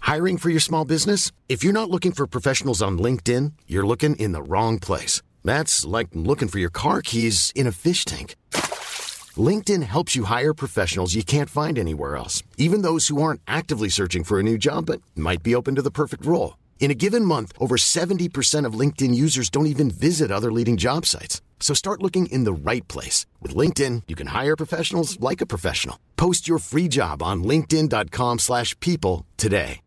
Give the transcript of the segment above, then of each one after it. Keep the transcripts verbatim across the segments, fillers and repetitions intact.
Hiring for your small business? If you're not looking for professionals on LinkedIn, you're looking in the wrong place. That's like looking for your car keys in a fish tank. LinkedIn helps you hire professionals you can't find anywhere else, even those who aren't actively searching for a new job but might be open to the perfect role. In a given month, over seventy percent of LinkedIn users don't even visit other leading job sites. So start looking in the right place. With LinkedIn, you can hire professionals like a professional. Post your free job on linkedin.com slash people today.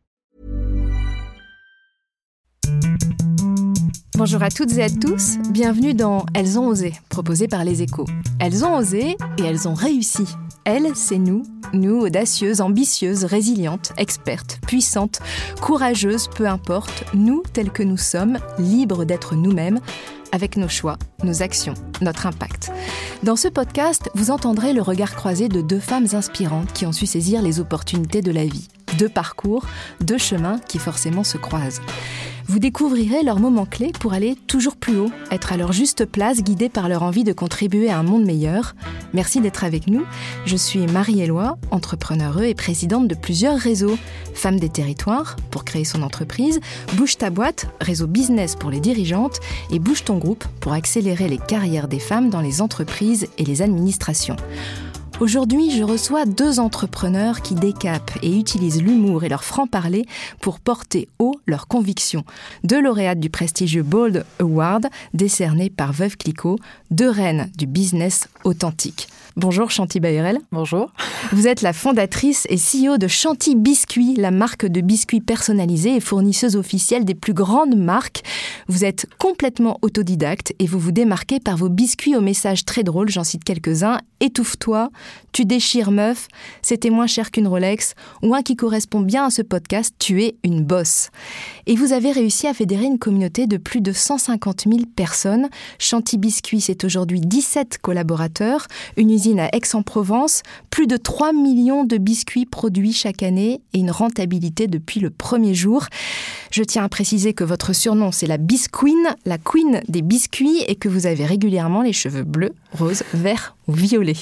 Bonjour à toutes et à tous, bienvenue dans Elles ont osé, proposé par Les Échos. Elles ont osé et elles ont réussi. Elles, c'est nous, nous audacieuses, ambitieuses, résilientes, expertes, puissantes, courageuses, peu importe, nous tels que nous sommes, libres d'être nous-mêmes, avec nos choix, nos actions, notre impact. Dans ce podcast, vous entendrez le regard croisé de deux femmes inspirantes qui ont su saisir les opportunités de la vie. Deux parcours, deux chemins qui forcément se croisent. Vous découvrirez leurs moments clés pour aller toujours plus haut, être à leur juste place, guidés par leur envie de contribuer à un monde meilleur. Merci d'être avec nous. Je suis Marie-Éloi, entrepreneure et présidente de plusieurs réseaux. Femme des territoires, pour créer son entreprise, Bouge ta boîte, réseau business pour les dirigeantes, et Bouge ton groupe pour accélérer les carrières des femmes dans les entreprises et les administrations. Aujourd'hui, je reçois deux entrepreneurs qui décapent et utilisent l'humour et leur franc-parler pour porter haut leurs convictions. Deux lauréates du prestigieux Bold Award, décerné par Veuve Clicquot, deux reines du business authentique. Bonjour Chanty Bayrel. Bonjour. Vous êtes la fondatrice et C E O de Chanty Biscuits, la marque de biscuits personnalisés et fournisseuse officielle des plus grandes marques. Vous êtes complètement autodidacte et vous vous démarquez par vos biscuits au message très drôle, j'en cite quelques-uns. Étouffe-toi, tu déchires meuf, c'était moins cher qu'une Rolex, ou un qui correspond bien à ce podcast, tu es une bosse. Et vous avez réussi à fédérer une communauté de plus de cent cinquante mille personnes. Chanty Biscuits, c'est aujourd'hui dix-sept collaborateurs, une usine à Aix-en-Provence, plus de trois millions de biscuits produits chaque année et une rentabilité depuis le premier jour. Je tiens à préciser que votre surnom, c'est la Bisqueen, la queen des biscuits, et que vous avez régulièrement les cheveux bleus, roses, verts ou violets.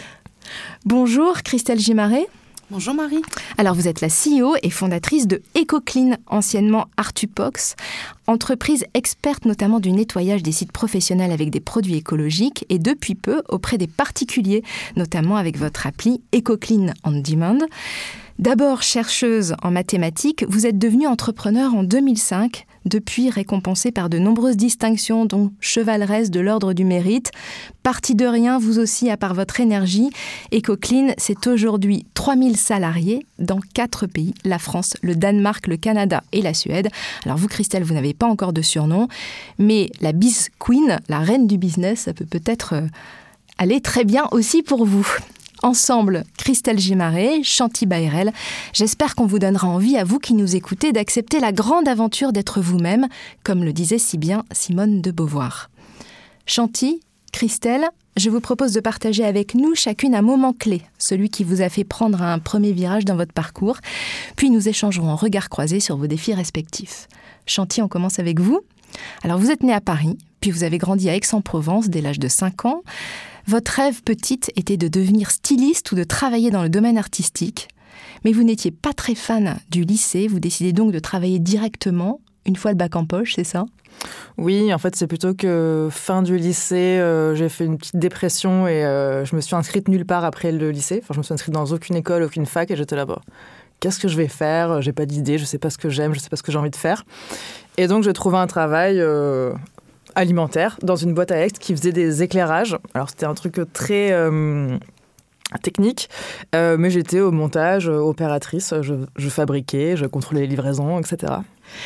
Bonjour Christelle Gimaret. Bonjour Marie. Alors vous êtes la C E O et fondatrice de EcoClean, anciennement Artupox, entreprise experte notamment du nettoyage des sites professionnels avec des produits écologiques et depuis peu auprès des particuliers, notamment avec votre appli EcoClean on Demand. D'abord chercheuse en mathématiques, vous êtes devenue entrepreneur en deux mille cinq, depuis récompensée par de nombreuses distinctions, dont chevaleresses de l'ordre du mérite. Partie de rien, vous aussi, à part votre énergie. EcoClean, c'est aujourd'hui trois mille salariés dans quatre pays, la France, le Danemark, le Canada et la Suède. Alors vous, Christelle, vous n'avez pas encore de surnom, mais la Bisqueen, la reine du business, ça peut peut-être euh, aller très bien aussi pour vous. Ensemble, Christelle Gimaret, Chanty Bayrel, j'espère qu'on vous donnera envie, à vous qui nous écoutez, d'accepter la grande aventure d'être vous-même, comme le disait si bien Simone de Beauvoir. Chanty, Christelle, je vous propose de partager avec nous chacune un moment clé, celui qui vous a fait prendre un premier virage dans votre parcours, puis nous échangerons en regard croisé sur vos défis respectifs. Chanty, on commence avec vous. Alors vous êtes née à Paris, puis vous avez grandi à Aix-en-Provence dès l'âge de cinq ans. Votre rêve petite était de devenir styliste ou de travailler dans le domaine artistique. Mais vous n'étiez pas très fan du lycée, vous décidez donc de travailler directement, une fois le bac en poche, c'est ça ? Oui, en fait, c'est plutôt que fin du lycée, euh, j'ai fait une petite dépression et euh, je me suis inscrite nulle part après le lycée. Enfin, je me suis inscrite dans aucune école, aucune fac et j'étais là-bas. Qu'est-ce que je vais faire ? J'ai pas d'idée, je sais pas ce que j'aime, je sais pas ce que j'ai envie de faire. Et donc, j'ai trouvé un travail... Euh, alimentaire, dans une boîte à Aix qui faisait des éclairages. Alors, c'était un truc très euh, technique, euh, mais j'étais au montage, euh, opératrice, je, je fabriquais, je contrôlais les livraisons, et cetera.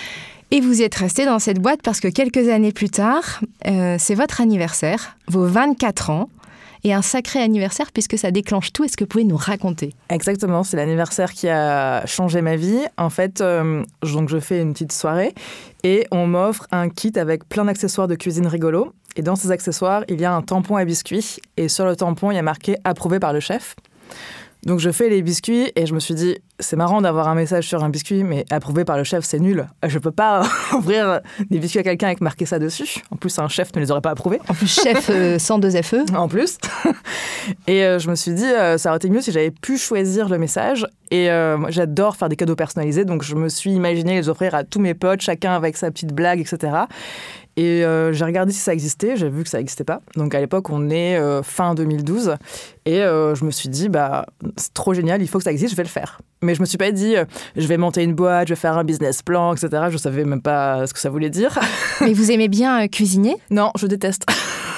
Et vous y êtes restée dans cette boîte parce que quelques années plus tard, euh, c'est votre anniversaire, vos vingt-quatre ans, et un sacré anniversaire puisque ça déclenche tout. Est-ce que vous pouvez nous raconter ? Exactement, c'est l'anniversaire qui a changé ma vie. En fait, euh, donc je fais une petite soirée et on m'offre un kit avec plein d'accessoires de cuisine rigolo. Et dans ces accessoires, il y a un tampon à biscuits et sur le tampon, il y a marqué « Approuvé par le chef ». Donc je fais les biscuits et je me suis dit, c'est marrant d'avoir un message sur un biscuit, mais approuvé par le chef, c'est nul. Je peux pas ouvrir des biscuits à quelqu'un avec marqué ça dessus. En plus, un chef ne les aurait pas approuvés. En plus, chef euh, sans deux F E. En plus. Et euh, je me suis dit, euh, ça aurait été mieux si j'avais pu choisir le message. Et euh, moi, j'adore faire des cadeaux personnalisés, donc je me suis imaginé les offrir à tous mes potes, chacun avec sa petite blague, et cetera. Et euh, j'ai regardé si ça existait, j'ai vu que ça n'existait pas. Donc à l'époque, on est euh, fin deux mille douze. Et euh, je me suis dit, bah, c'est trop génial, il faut que ça existe, je vais le faire. Mais je me suis pas dit, euh, je vais monter une boîte, je vais faire un business plan, et cetera. Je savais même pas ce que ça voulait dire. Mais vous aimez bien euh, cuisiner ? Non, je déteste.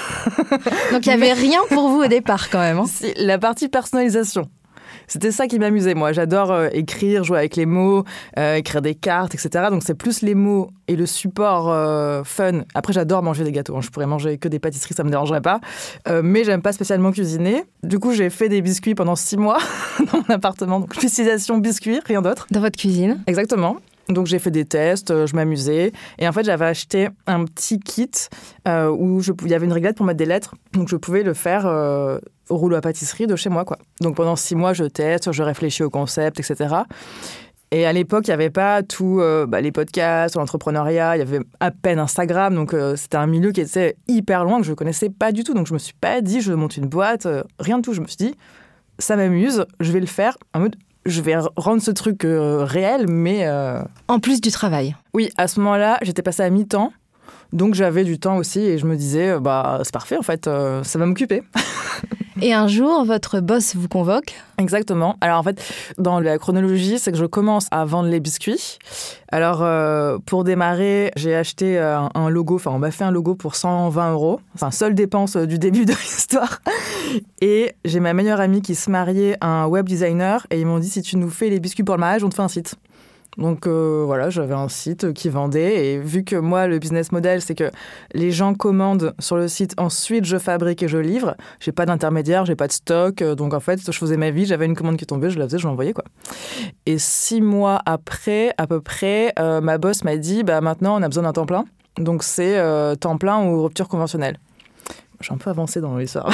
Donc il n'y avait rien pour vous au départ quand même. Hein. Si, la partie personnalisation. C'était ça qui m'amusait, moi. J'adore euh, écrire, jouer avec les mots, euh, écrire des cartes, et cetera. Donc, c'est plus les mots et le support euh, fun. Après, j'adore manger des gâteaux. Hein. Je pourrais manger que des pâtisseries, ça ne me dérangerait pas. Euh, mais j'aime pas spécialement cuisiner. Du coup, j'ai fait des biscuits pendant six mois dans mon appartement. Donc, spécialisation biscuits, rien d'autre. Dans votre cuisine ? Exactement. Donc, j'ai fait des tests, euh, je m'amusais. Et en fait, j'avais acheté un petit kit euh, où je, il y avait une réglette pour mettre des lettres. Donc, je pouvais le faire euh, au rouleau à pâtisserie de chez moi, quoi. Donc, pendant six mois, je teste, je réfléchis au concept, et cetera. Et à l'époque, il n'y avait pas tous euh, bah, les podcasts, l'entrepreneuriat. Il y avait à peine Instagram. Donc, euh, c'était un milieu qui était hyper loin, que je ne connaissais pas du tout. Donc, je ne me suis pas dit, je monte une boîte, euh, rien de tout. Je me suis dit, ça m'amuse, je vais le faire en mode... Je vais rendre ce truc euh, réel, mais... Euh... En plus du travail. Oui, à ce moment-là, j'étais passée à mi-temps. Donc, j'avais du temps aussi. Et je me disais, euh, bah, c'est parfait, en fait. Euh, ça va m'occuper. Et un jour, votre boss vous convoque ? Exactement. Alors, en fait, dans la chronologie, c'est que je commence à vendre les biscuits. Alors, euh, pour démarrer, j'ai acheté un, un logo. Enfin, on m'a fait un logo pour cent vingt euros. Enfin, seule dépense du début de l'histoire. Et j'ai ma meilleure amie qui se mariait à un web designer. Et ils m'ont dit, si tu nous fais les biscuits pour le mariage, on te fait un site. Donc euh, voilà, j'avais un site qui vendait et vu que moi, le business model, c'est que les gens commandent sur le site, ensuite je fabrique et je livre. J'ai pas d'intermédiaire, j'ai pas de stock, donc en fait, je faisais ma vie, j'avais une commande qui tombait, je la faisais, je l'envoyais, quoi. Et six mois après, à peu près, euh, ma boss m'a dit, bah maintenant on a besoin d'un temps plein, donc c'est euh, temps plein ou rupture conventionnelle. J'ai un peu avancé dans l'histoire.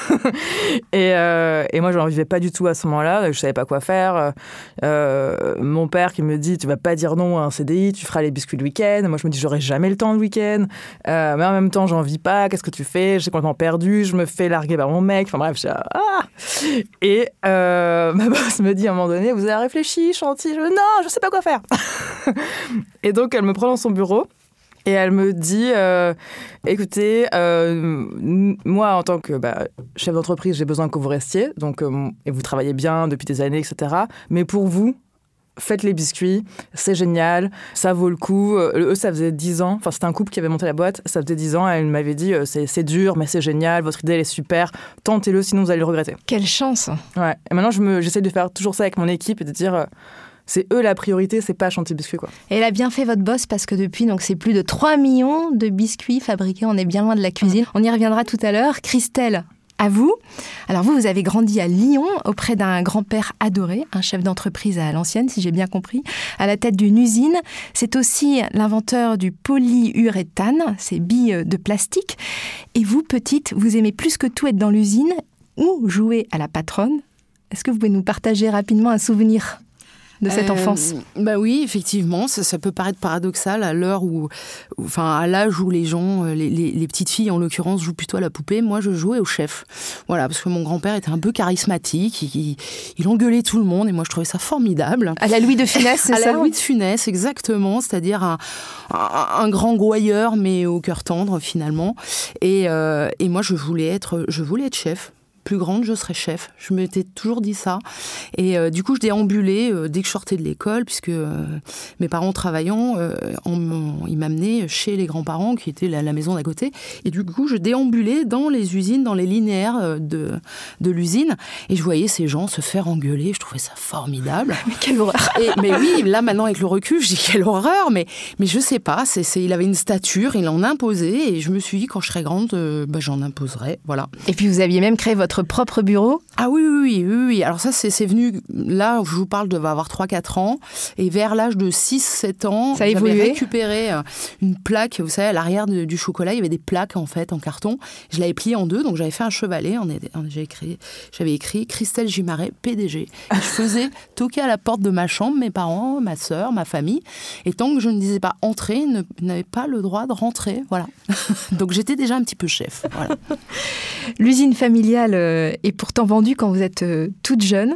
et, euh, et moi, je n'en vivais pas du tout à ce moment-là. Je ne savais pas quoi faire. Euh, mon père qui me dit, tu ne vas pas dire non à un C D I, tu feras les biscuits le week-end. Moi, je me dis, j'aurai jamais le temps le week-end. Euh, mais en même temps, j'en vis pas. Qu'est-ce que tu fais ? J'ai complètement perdu. Je me fais larguer par mon mec. Enfin bref, je suis ah Et euh, ma boss me dit à un moment donné, vous avez réfléchi, chantier ? Je non, je ne sais pas quoi faire. Et donc, elle me prend dans son bureau. Et elle me dit, euh, écoutez, euh, moi, en tant que bah, chef d'entreprise, j'ai besoin que vous restiez, donc, euh, et vous travaillez bien depuis des années, et cetera. Mais pour vous, faites les biscuits, c'est génial, ça vaut le coup. Eux, ça faisait dix ans, enfin, c'était un couple qui avait monté la boîte, ça faisait dix ans, elle m'avait dit, c'est, c'est dur, mais c'est génial, votre idée, elle est super, tentez-le, sinon vous allez le regretter. Quelle chance. Ouais. Et maintenant, je me, j'essaie de faire toujours ça avec mon équipe et de dire... Euh, c'est eux la priorité, c'est pas Chantier Biscuits, quoi. Et elle a bien fait votre boss parce que depuis, donc, c'est plus de trois millions de biscuits fabriqués. On est bien loin de la cuisine. On y reviendra tout à l'heure. Christelle, à vous. Alors vous, vous avez grandi à Lyon auprès d'un grand-père adoré, un chef d'entreprise à l'ancienne, si j'ai bien compris, à la tête d'une usine. C'est aussi l'inventeur du polyuréthane, ces billes de plastique. Et vous, petite, vous aimez plus que tout être dans l'usine ou jouer à la patronne. Est-ce que vous pouvez nous partager rapidement un souvenir de cette euh, enfance? Bah oui, effectivement, ça, ça peut paraître paradoxal à l'heure où, où, enfin, à l'âge où les gens, les, les, les petites filles en l'occurrence, jouent plutôt à la poupée. Moi, je jouais au chef. Voilà, parce que mon grand-père était un peu charismatique, il, il engueulait tout le monde et moi, je trouvais ça formidable. À la Louis de Funès, c'est à ça? À la Louis de Funès, exactement, c'est-à-dire un, un, un grand gouailleur, mais au cœur tendre finalement. Et, euh, et moi, je voulais être, je voulais être chef. Plus grande, je serais chef. Je m'étais toujours dit ça. Et euh, du coup, je déambulais euh, dès que je sortais de l'école, puisque euh, mes parents travaillant, euh, on, ils m'amenaient chez les grands-parents, qui étaient la, la maison d'à côté. Et du coup, je déambulais dans les usines, dans les linéaires de, de l'usine. Et je voyais ces gens se faire engueuler. Je trouvais ça formidable. Mais quelle horreur! Et, mais oui, là, maintenant, avec le recul, je dis quelle horreur. Mais, mais je sais pas. C'est, c'est, il avait une stature, il en imposait. Et je me suis dit, quand je serai grande, euh, bah, j'en imposerai. Voilà. Et puis, vous aviez même créé votre votre propre bureau ? Ah oui, oui, oui, oui, oui. Alors ça, c'est, c'est venu, là, je vous parle, de avoir trois quatre ans. Et vers l'âge de six sept ans, ça a j'avais évolué. récupéré une plaque. Vous savez, à l'arrière de, du chocolat, il y avait des plaques, en fait, en carton. Je l'avais pliée en deux, donc j'avais fait un chevalet. On est, on, j'avais, écrit, j'avais écrit Christelle Gimaret, P D G. Et je faisais toquer à la porte de ma chambre, mes parents, ma sœur, ma famille. Et tant que je ne disais pas « entrer », ils ne, n'avaient pas le droit de rentrer. Voilà. Donc j'étais déjà un petit peu chef. Voilà. L'usine familiale est pourtant vendue quand vous êtes toute jeune.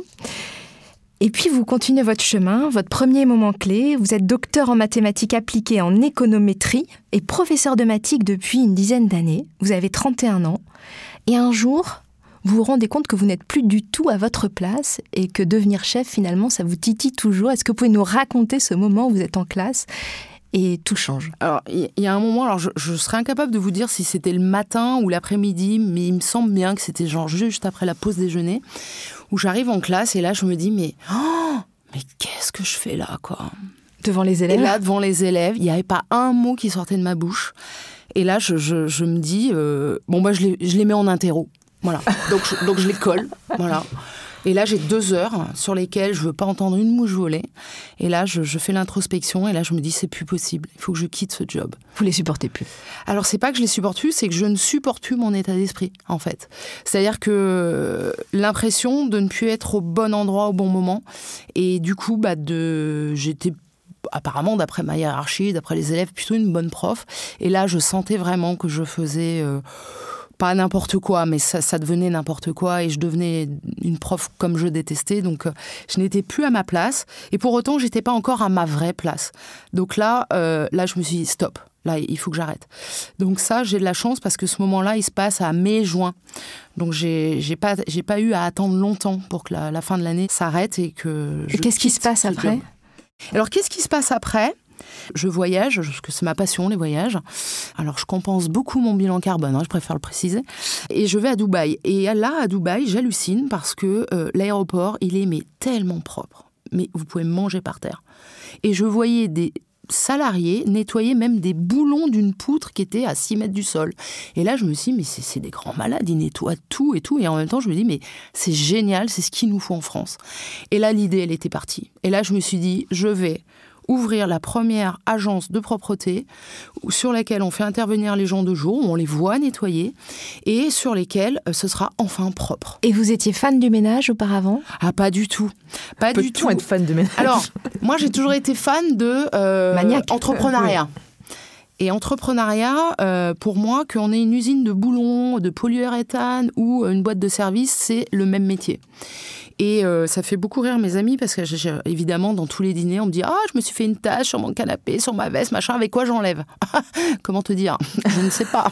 Et puis vous continuez votre chemin, votre premier moment clé. Vous êtes docteur en mathématiques appliquées en économétrie et professeur de mathématiques depuis une dizaine d'années. Vous avez trente et un ans. Et un jour, vous vous rendez compte que vous n'êtes plus du tout à votre place et que devenir chef, finalement, ça vous titille toujours. Est-ce que vous pouvez nous raconter ce moment où vous êtes en classe et tout change? Alors, il y a un moment, alors je, je serais incapable de vous dire si c'était le matin ou l'après-midi, mais il me semble bien que c'était genre juste après la pause déjeuner, où j'arrive en classe et là, je me dis, mais, oh, mais qu'est-ce que je fais là, quoi? Devant les élèves? Et là, devant les élèves, il n'y avait pas un mot qui sortait de ma bouche. Et là, je, je, je me dis, euh, bon, bah, je les, je les mets en interro. Voilà. Donc, je, donc, je les colle. Voilà. Et là, j'ai deux heures sur lesquelles je ne veux pas entendre une mouche voler. Et là, je, je fais l'introspection et là, je me dis, c'est plus possible. Il faut que je quitte ce job. Vous les supportez plus? Alors, c'est pas que je les supporte plus, c'est que je ne supporte plus mon état d'esprit, en fait. C'est-à-dire que l'impression de ne plus être au bon endroit au bon moment. Et du coup, bah, de... j'étais apparemment, d'après ma hiérarchie, d'après les élèves, plutôt une bonne prof. Et là, je sentais vraiment que je faisais... Euh, pas n'importe quoi, mais ça, ça devenait n'importe quoi et je devenais une prof comme je détestais, donc euh, je n'étais plus à ma place et pour autant, j'étais pas encore à ma vraie place. Donc là, euh, là, je me suis dit, stop, là, il faut que j'arrête. Donc ça, j'ai de la chance parce que ce moment-là, il se passe à mai-juin. Donc j'ai, j'ai, pas, j'ai pas eu à attendre longtemps pour que la, la fin de l'année s'arrête et que je Et qu'est-ce qui se passe après? Alors, qu'est-ce qui se passe après ? Je voyage, parce que c'est ma passion, les voyages. Alors, je compense beaucoup mon bilan carbone, hein, je préfère le préciser. Et je vais à Dubaï. Et là, à Dubaï, j'hallucine parce que euh, l'aéroport, il est mais, tellement propre. Mais vous pouvez manger par terre. Et je voyais des salariés nettoyer même des boulons d'une poutre qui était à six mètres du sol. Et là, je me suis dit, mais c'est, c'est des grands malades, ils nettoient tout et tout. Et en même temps, je me dis, mais c'est génial, c'est ce qu'il nous faut en France. Et là, l'idée, elle était partie. Et là, je me suis dit, je vais... ouvrir la première agence de propreté sur laquelle on fait intervenir les gens de jour, où on les voit nettoyer, et sur lesquels ce sera enfin propre. Et vous étiez fan du ménage auparavant ? Ah, pas du tout. Pas Peut-on du tout. être fan du ménage ? Alors, moi, j'ai toujours été fan de euh, Maniaque. entrepreneuriat. Oui. Et entrepreneuriat, euh, pour moi, qu'on ait une usine de boulons, de polyuréthane ou une boîte de service, c'est le même métier. Et euh, ça fait beaucoup rire mes amis parce que, j'ai, évidemment, dans tous les dîners, on me dit « Ah, je me suis fait une tache sur mon canapé, sur ma veste, machin, avec quoi j'enlève ?» Comment te dire ? Je ne sais pas.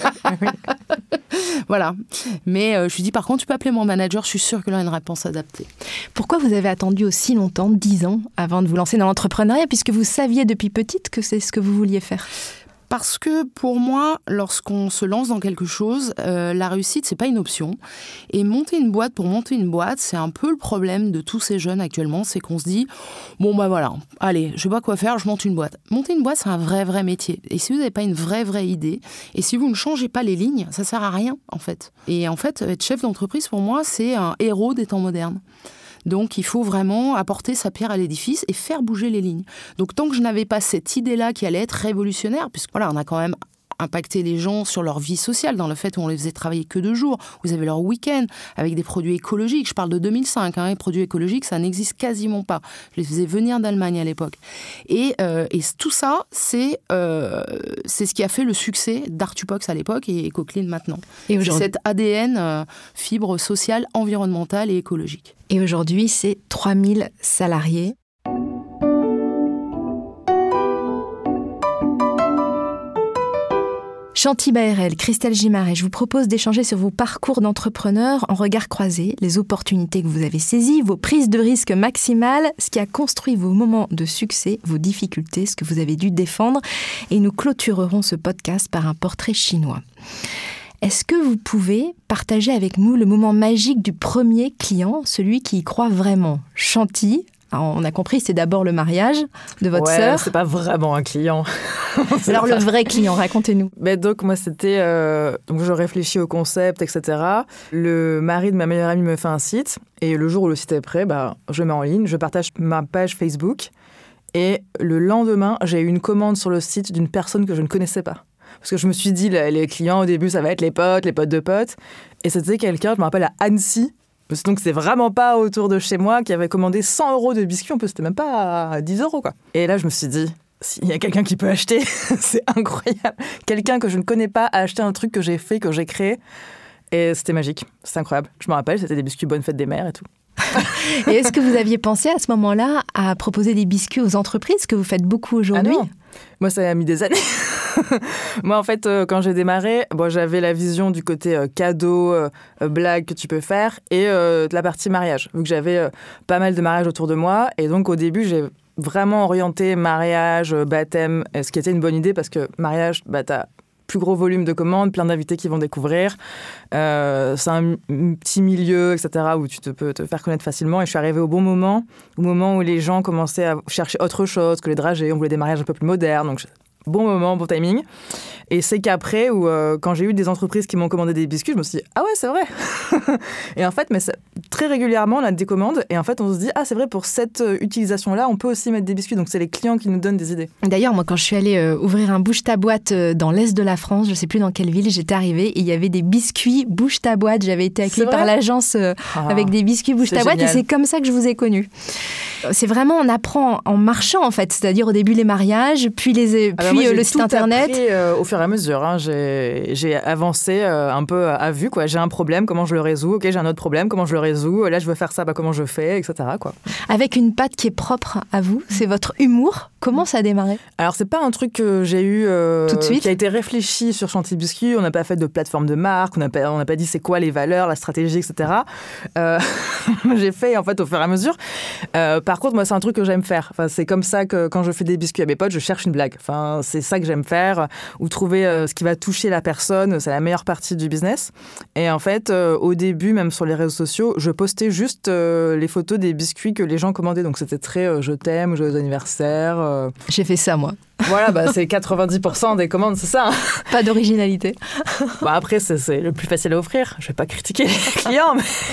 Voilà. Mais euh, je lui dis « Par contre, tu peux appeler mon manager, je suis sûre qu'il a une réponse adaptée. » Pourquoi vous avez attendu aussi longtemps, dix ans, avant de vous lancer dans l'entrepreneuriat, puisque vous saviez depuis petite que c'est ce que vous vouliez faire ? Parce que pour moi, lorsqu'on se lance dans quelque chose, euh, la réussite, c'est pas une option. Et monter une boîte pour monter une boîte, c'est un peu le problème de tous ces jeunes actuellement, c'est qu'on se dit, bon bah voilà, allez, je sais pas quoi faire, je monte une boîte. Monter une boîte, c'est un vrai, vrai métier. Et si vous n'avez pas une vraie, vraie idée, et si vous ne changez pas les lignes, ça sert à rien, en fait. Et en fait, être chef d'entreprise, pour moi, c'est un héros des temps modernes. Donc, il faut vraiment apporter sa pierre à l'édifice et faire bouger les lignes. Donc, tant que je n'avais pas cette idée-là qui allait être révolutionnaire, puisque voilà, on a quand même impacté les gens sur leur vie sociale, dans le fait où on les faisait travailler que deux jours. Vous avez leur week-end avec des produits écologiques. Je parle de deux mille cinq, hein, les produits écologiques, ça n'existe quasiment pas. Je les faisais venir d'Allemagne à l'époque. Et, euh, et tout ça, c'est, euh, c'est ce qui a fait le succès d'Artupox à l'époque et EcoClean maintenant. Et aujourd'hui, c'est cet A D N euh, fibre sociale, environnementale et écologique. Et aujourd'hui, c'est trois mille salariés. Chanty Baërel, Christelle Gimaret, je vous propose d'échanger sur vos parcours d'entrepreneur en regard croisé, les opportunités que vous avez saisies, vos prises de risques maximales, ce qui a construit vos moments de succès, vos difficultés, ce que vous avez dû défendre. Et nous clôturerons ce podcast par un portrait chinois. Est-ce que vous pouvez partager avec nous le moment magique du premier client, celui qui y croit vraiment ? Chanty, Alors, on a compris, c'est d'abord le mariage de votre ouais, sœur. C'est pas vraiment un client. Alors le vrai client, racontez-nous. Mais donc moi c'était, euh, donc je réfléchis au concept, et cetera. Le mari de ma meilleure amie me fait un site et le jour où le site est prêt, bah, je mets en ligne, je partage ma page Facebook et le lendemain j'ai eu une commande sur le site d'une personne que je ne connaissais pas. Parce que je me suis dit, les clients au début ça va être les potes, les potes de potes. Et c'était quelqu'un, je me rappelle à Annecy. Donc c'est vraiment pas autour de chez moi, qui avait commandé cent euros de biscuits, en plus c'était même pas à dix euros quoi. Et là je me suis dit, s'il y a quelqu'un qui peut acheter, c'est incroyable. Quelqu'un que je ne connais pas a acheté un truc que j'ai fait, que j'ai créé. Et c'était magique, c'était incroyable. Je me rappelle, c'était des biscuits Bonne Fête des Mères et tout. Et est-ce que vous aviez pensé à ce moment-là à proposer des biscuits aux entreprises, que vous faites beaucoup aujourd'hui ? Ah non, moi ça a mis des années. Moi en fait, euh, quand j'ai démarré, bon, j'avais la vision du côté euh, cadeau, euh, blague que tu peux faire et euh, de la partie mariage. Vu que j'avais euh, pas mal de mariages autour de moi. Et donc au début, j'ai vraiment orienté mariage, baptême, ce qui était une bonne idée parce que mariage, bah, t'as plus gros volume de commandes, plein d'invités qui vont découvrir. Euh, c'est un m- petit milieu, et cetera, où tu te, peux te faire connaître facilement. Et je suis arrivée au bon moment, au moment où les gens commençaient à chercher autre chose que les dragées. On voulait des mariages un peu plus modernes. Donc, bon moment, bon timing. Et c'est qu'après, où, euh, quand j'ai eu des entreprises qui m'ont commandé des biscuits, je me suis dit « Ah ouais, c'est vrai !» Et en fait, mais ça, très régulièrement, on a des commandes. Et en fait, on se dit « Ah, c'est vrai, pour cette euh, utilisation-là, on peut aussi mettre des biscuits. » Donc, c'est les clients qui nous donnent des idées. D'ailleurs, moi, quand je suis allée euh, ouvrir un bouche-ta-boîte euh, dans l'est de la France, je ne sais plus dans quelle ville, j'étais arrivée et il y avait des biscuits bouche-ta-boîte. J'avais été accueillie par l'agence euh, ah, avec des biscuits bouche-ta-boîte et c'est comme ça que je vous ai connue. C'est vraiment, on apprend en marchant, en fait. C'est-à-dire au début les mariages, puis, les, puis moi, euh, le site internet. Appris, euh, au fur et à mesure, hein. j'ai, j'ai avancé euh, un peu à vue, quoi. J'ai un problème, comment je le résous? Ok, j'ai un autre problème, comment je le résous? Là, je veux faire ça, bah, comment je fais, et cetera, quoi. Avec une patte qui est propre à vous, c'est votre humour. Comment ça a démarré? Alors, c'est pas un truc que j'ai eu euh, tout de suite, qui a été réfléchi sur Chantilly Biscuits. On n'a pas fait de plateforme de marque, on n'a pas, on n'a pas dit c'est quoi les valeurs, la stratégie, et cetera. Euh, j'ai fait en fait au fur et à mesure. Euh, par contre, moi, c'est un truc que j'aime faire. Enfin, c'est comme ça que quand je fais des biscuits à mes potes, je cherche une blague. Enfin, c'est ça que j'aime faire, ou trouver euh, ce qui va toucher la personne. C'est la meilleure partie du business. Et en fait, euh, au début, même sur les réseaux sociaux, je postais juste euh, les photos des biscuits que les gens commandaient. Donc, c'était très euh, je t'aime, joyeux anniversaire. Euh... J'ai fait ça, moi. Voilà, bah, c'est quatre-vingt-dix pour cent des commandes, c'est ça. Pas d'originalité. Bah après, c'est, c'est le plus facile à offrir. Je vais pas critiquer les clients,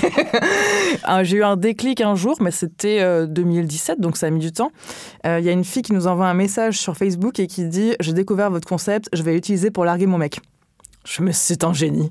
mais j'ai eu un déclic un jour, mais c'était euh, deux mille dix-sept, donc ça a mis du temps. Il euh, y a une fille qui nous envoie un message sur Facebook et qui dit « J'ai découvert votre concept, je vais l'utiliser pour larguer mon mec ». Je me suis dit, c'est un génie.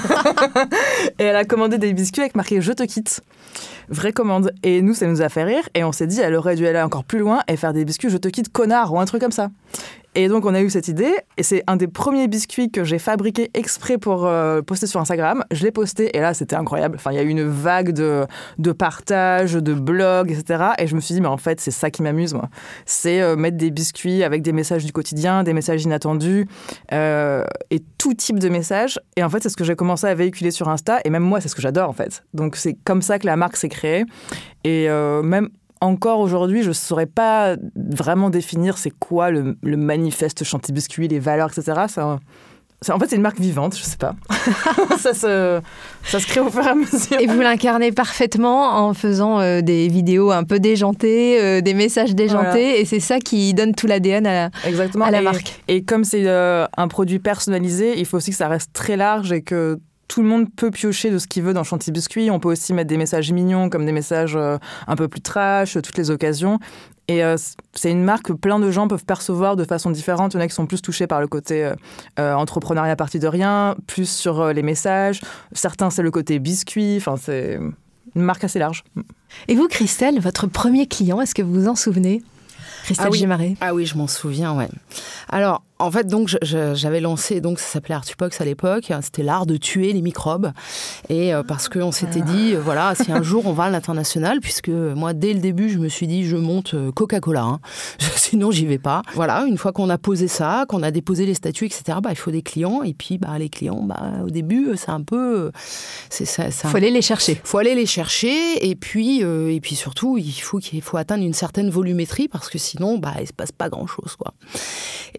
Et elle a commandé des biscuits avec marqué « Je te quitte ». Vraie commande. Et nous, ça nous a fait rire. Et on s'est dit, elle aurait dû aller encore plus loin et faire des biscuits « Je te quitte, connard » ou un truc comme ça. Et donc, on a eu cette idée. Et c'est un des premiers biscuits que j'ai fabriqué exprès pour euh, poster sur Instagram. Je l'ai posté et là, c'était incroyable. Enfin, il y a eu une vague de, de partage, de blogs, et cetera. Et je me suis dit, mais en fait, c'est ça qui m'amuse, moi. C'est euh, mettre des biscuits avec des messages du quotidien, des messages inattendus euh, et tout type de messages. Et en fait, c'est ce que j'ai commencé à véhiculer sur Insta. Et même moi, c'est ce que j'adore, en fait. Donc, c'est comme ça que la marque s'est créée. Et euh, même... Encore aujourd'hui, je ne saurais pas vraiment définir c'est quoi le, le manifeste Chantilly Biscuits, les valeurs, et cetera. Ça, ça, en fait, c'est une marque vivante, je ne sais pas. ça, se, ça se crée au fur et à mesure. Et vous l'incarnez parfaitement en faisant euh, des vidéos un peu déjantées, euh, des messages déjantés, voilà. Et c'est ça qui donne tout l'A D N à la, Exactement. à la et, marque. Et comme c'est euh, un produit personnalisé, il faut aussi que ça reste très large et que tout le monde peut piocher de ce qu'il veut dans Chantilly Biscuits. On peut aussi mettre des messages mignons comme des messages euh, un peu plus trash, toutes les occasions. Et euh, c'est une marque que plein de gens peuvent percevoir de façon différente. Il y en a qui sont plus touchés par le côté euh, euh, entrepreneuriat à partir de rien, plus sur euh, les messages. Certains, c'est le côté biscuit. Enfin, c'est une marque assez large. Et vous, Christelle, votre premier client, est-ce que vous vous en souvenez ? Christelle ah oui. Gimaret. Ah oui, je m'en souviens, ouais. Alors, en fait, donc, je, je, j'avais lancé, donc, ça s'appelait Artupox à l'époque. C'était l'art de tuer les microbes. Et euh, parce qu'on s'était dit, euh, voilà, si un jour on va à l'international, puisque moi, dès le début, je me suis dit, je monte euh, Coca-Cola. Hein. Sinon, j'y vais pas. Voilà, une fois qu'on a posé ça, qu'on a déposé les statuts, et cetera, bah, il faut des clients. Et puis, bah, les clients, bah, au début, c'est un peu. Il faut aller les chercher. Il faut aller les chercher. Et puis, euh, et puis surtout, il faut, qu'il faut atteindre une certaine volumétrie, parce que sinon, bah, il ne se passe pas grand-chose, quoi. Et donc,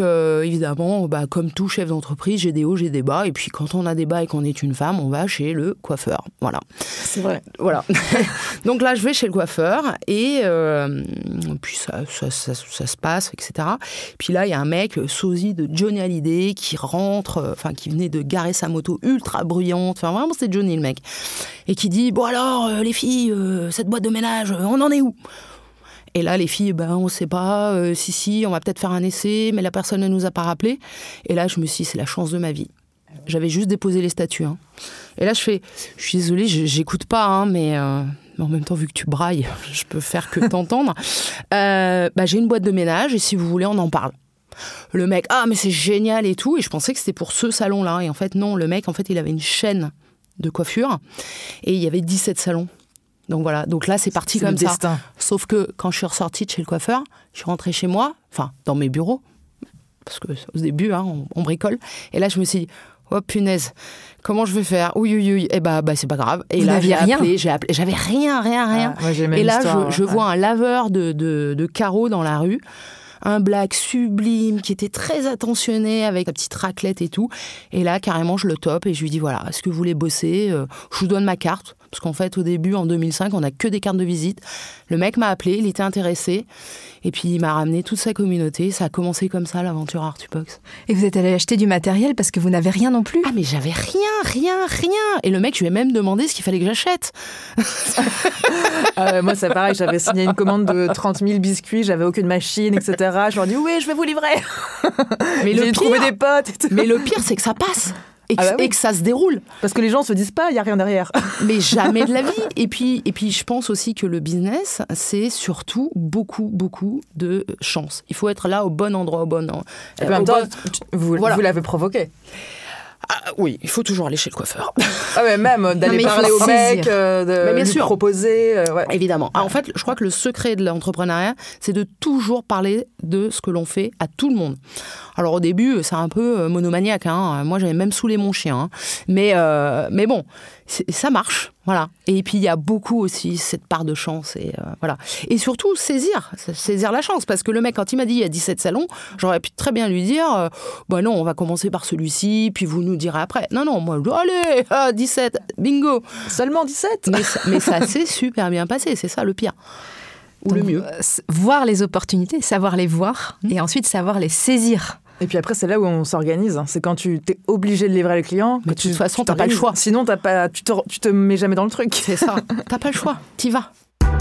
euh, évidemment, bah, comme tout chef d'entreprise, j'ai des hauts, j'ai des bas. Et puis, quand on a des bas et qu'on est une femme, on va chez le coiffeur. Voilà. C'est vrai. Voilà. Donc là, je vais chez le coiffeur et euh, puis ça, ça, ça, ça se passe, et cetera. Puis là, il y a un mec, sosie de Johnny Hallyday, qui rentre, enfin, qui venait de garer sa moto ultra bruyante. Enfin, vraiment, c'était Johnny, le mec. Et qui dit, bon alors, euh, les filles, euh, cette boîte de ménage, euh, on en est où ? Et là, les filles, ben, on ne sait pas, euh, si, si, on va peut-être faire un essai, mais la personne ne nous a pas rappelé. Et là, je me suis dit, c'est la chance de ma vie. J'avais juste déposé les statuts. Hein. Et là, je fais, je suis désolée, je, j'écoute pas, hein, mais, euh, mais en même temps, vu que tu brailles, je peux faire que t'entendre. euh, bah, j'ai une boîte de ménage et si vous voulez, on en parle. Le mec, ah, mais c'est génial et tout. Et je pensais que c'était pour ce salon-là. Et en fait, non, le mec, en fait, il avait une chaîne de coiffure et il y avait dix-sept salons. Donc voilà, donc là c'est parti c'est comme le ça. Destin. Sauf que quand je suis ressortie de chez le coiffeur, je suis rentrée chez moi, enfin dans mes bureaux, parce que au début hein, on, on bricole. Et là je me suis dit, oh punaise, comment je vais faire ? Oui, oui, oui. Et bah, bah c'est pas grave. Et Vous là n'aviez j'ai rien appelé, j'ai appelé, j'avais rien, rien, rien. Ah, moi, j'ai la même et là histoire, je, je ouais. vois un laveur de, de, de carreaux dans la rue. Un black sublime qui était très attentionné avec sa petite raclette et tout. Et là, carrément, je le tope et je lui dis voilà, est-ce que vous voulez bosser ? Je vous donne ma carte. Parce qu'en fait, au début, en deux mille cinq, on n'a que des cartes de visite. Le mec m'a appelé, il était intéressé. Et puis, il m'a ramené toute sa communauté. Ça a commencé comme ça, l'aventure Artubox. Et vous êtes allé acheter du matériel parce que vous n'avez rien non plus ? Ah, mais j'avais rien, rien, rien. Et le mec, je lui ai même demandé ce qu'il fallait que j'achète. Euh, moi, c'est pareil, j'avais signé une commande de trente mille biscuits, j'avais aucune machine, et cetera. Je leur ai dit, oui, je vais vous livrer. Mais J'ai le trouvé pire, des potes. Et tout. mais le pire, c'est que ça passe. Et que, Ah bah oui. et que ça se déroule. Parce que les gens se disent pas, il n'y a rien derrière. Mais jamais de la vie. Et puis, et puis, je pense aussi que le business, c'est surtout beaucoup, beaucoup de chance. Il faut être là au bon endroit, au bon endroit. Et en même temps, tu- vous, Voilà. vous l'avez provoqué. Ah, oui, il faut toujours aller chez le coiffeur. Ah ouais, même d'aller mais il parler faut au mec, saisir. euh, de Mais bien lui sûr. proposer. euh, ouais. Évidemment. Ah, en fait, je crois que le secret de l'entrepreneuriat, c'est de toujours parler de ce que l'on fait à tout le monde. Alors au début, c'est un peu euh, monomaniaque. Hein. Moi, j'avais même saoulé mon chien. Hein. Mais, euh, mais bon, c'est- ça marche. Voilà. Et puis, il y a beaucoup aussi cette part de chance. Et, euh, voilà. Et surtout, saisir. Saisir la chance. Parce que le mec, quand il m'a dit il y a dix-sept salons, j'aurais pu très bien lui dire euh, bah non, on va commencer par celui-ci, puis vous nous direz après. Non, non, moi, je dis, allez, ah, dix-sept, bingo. Seulement dix-sept. Mais ça, mais ça s'est super bien passé. C'est ça le pire. Ou le Donc, mieux. euh, s- voir les opportunités, savoir les voir et ensuite savoir les saisir. Et puis après, c'est là où on s'organise. C'est quand tu t'es obligé de livrer le client. Mais que de tu- toute façon, tu t'as pas le t'organises. choix. Sinon, t'as pas, tu, te, tu te mets jamais dans le truc. C'est ça. T'as pas le choix. T'y vas.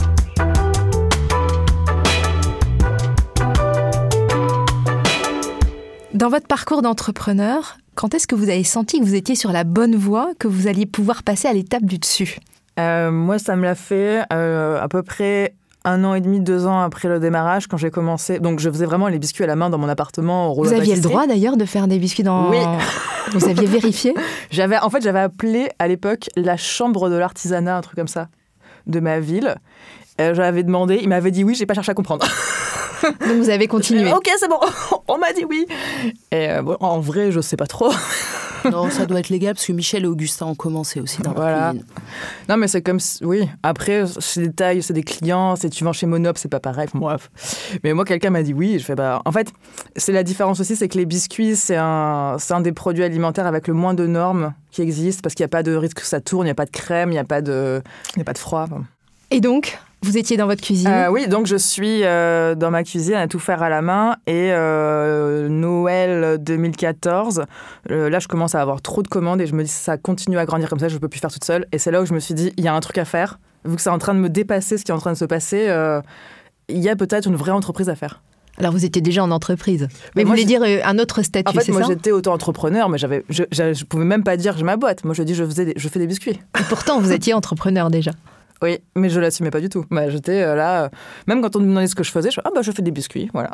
Dans votre parcours d'entrepreneur, quand est-ce que vous avez senti que vous étiez sur la bonne voie, que vous alliez pouvoir passer à l'étape du dessus ? Euh, moi, ça me l'a fait euh, à peu près un an et demi, deux ans après le démarrage, quand j'ai commencé. Donc, je faisais vraiment les biscuits à la main dans mon appartement. Au rouleau Vous à aviez le pâtisserie. droit d'ailleurs de faire des biscuits dans... Oui. Vous aviez vérifié ? J'avais, en fait, j'avais appelé à l'époque la chambre de l'artisanat, un truc comme ça, de ma ville. Euh, j'avais demandé, il m'avait dit oui, j'ai pas cherché à comprendre. Donc vous avez continué. Ok, c'est bon, on m'a dit oui. Et euh, bon, en vrai, je sais pas trop. Non, ça doit être légal parce que Michel et Augustin ont commencé aussi dans Voilà. la cuisine. Non, mais c'est comme si, oui. Après, c'est des tailles, c'est des clients, c'est tu vends chez Monop, c'est pas pareil. Bref. Mais moi, quelqu'un m'a dit oui. Et je fais bah. En fait, c'est la différence aussi, c'est que les biscuits, c'est un, c'est un des produits alimentaires avec le moins de normes qui existent parce qu'il n'y a pas de risque que ça tourne, il n'y a pas de crème, il n'y a pas de, il n'y a pas de froid. Enfin. Et donc, vous étiez dans votre cuisine. Euh, oui, donc je suis euh, dans ma cuisine à tout faire à la main. Et euh, Noël deux mille quatorze, euh, là, je commence à avoir trop de commandes et je me dis, ça continue à grandir comme ça, je ne peux plus faire toute seule. Et c'est là où je me suis dit, il y a un truc à faire. Vu que c'est en train de me dépasser ce qui est en train de se passer, euh, il y a peut-être une vraie entreprise à faire. Alors vous étiez déjà en entreprise. Mais, Mais vous moi, voulez je- dire euh, un autre statut, En fait, c'est moi, ça ? j'étais auto-entrepreneur, mais j'avais, je, je, je pouvais même pas dire que j'ai ma boîte. Moi, je dis, je, faisais des, je fais des biscuits. Et pourtant, vous étiez entrepreneur déjà. Oui, mais je l'assumais pas du tout. Bah, j'étais euh, là, euh, même quand on me demandait ce que je faisais, je fais, ah bah je fais des biscuits, voilà.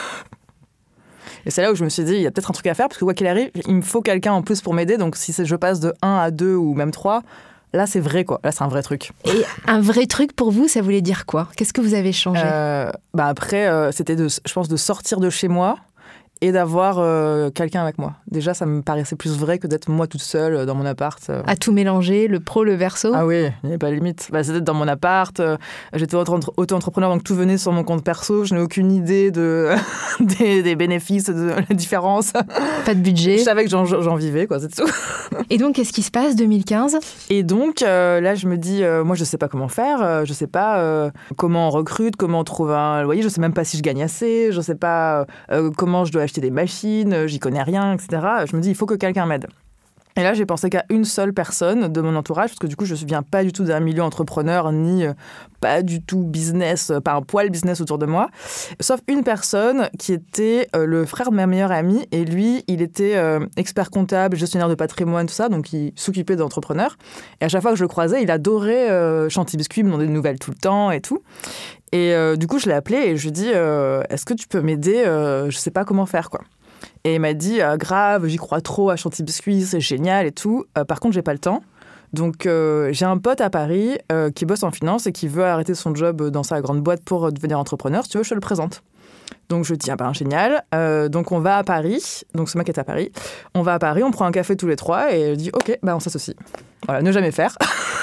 Et c'est là où je me suis dit, il y a peut-être un truc à faire, parce que quoi qu'il arrive, il me faut quelqu'un en plus pour m'aider, donc si c'est- je passe de un à deux ou même trois, là c'est vrai quoi, là c'est un vrai truc. Et un vrai truc pour vous, ça voulait dire quoi ? Qu'est-ce que vous avez changé ? Euh, bah après, euh, c'était de, je pense de sortir de chez moi et d'avoir euh, quelqu'un avec moi. Déjà, ça me paraissait plus vrai que d'être moi toute seule euh, dans mon appart. euh. À tout mélanger, le pro, le verso ? Ah oui, il n'y avait pas de limite. Bah, c'était dans mon appart, euh, j'étais auto- auto-entrepreneur, donc tout venait sur mon compte perso, je n'ai aucune idée de, des, des bénéfices, de la différence. Pas de budget. Je savais que j'en, j'en vivais, quoi, c'est tout. Et donc, qu'est-ce qui se passe deux mille quinze ? Et donc, euh, là, je me dis, euh, moi, je sais pas comment faire, euh, je sais pas euh, comment on recrute, comment on trouve un loyer, je sais même pas si je gagne assez, je sais pas euh, comment je dois acheter des machines, j'y connais rien, et cetera. Je me dis, il faut que quelqu'un m'aide. Et là, j'ai pensé qu'à une seule personne de mon entourage, parce que du coup, je ne viens pas du tout d'un milieu entrepreneur, ni euh, pas du tout business, euh, pas un poil business autour de moi, sauf une personne qui était euh, le frère de ma meilleure amie, et lui, il était euh, expert comptable, gestionnaire de patrimoine, tout ça, donc il s'occupait d'entrepreneurs. Et à chaque fois que je le croisais, il adorait euh, Chanty Biscuit, il me demandait des nouvelles tout le temps et tout. Et euh, du coup, je l'ai appelé et je lui ai dit euh, « Est-ce que tu peux m'aider euh, Je ne sais pas comment faire, quoi. » Et il m'a dit euh, « Grave, j'y crois trop à Chanty Biscuit, c'est génial et tout. Euh, par contre, j'ai pas le temps. Donc, euh, j'ai un pote à Paris euh, qui bosse en finance et qui veut arrêter son job dans sa grande boîte pour devenir entrepreneur. Si tu veux, je te le présente. » Donc, je dis « Ah ben, génial. Euh, » Donc, on va à Paris. Donc, ce mec est à Paris. On va à Paris, on prend un café tous les trois et je dis « Ok, ben, on s'associe. » Voilà, ne jamais faire.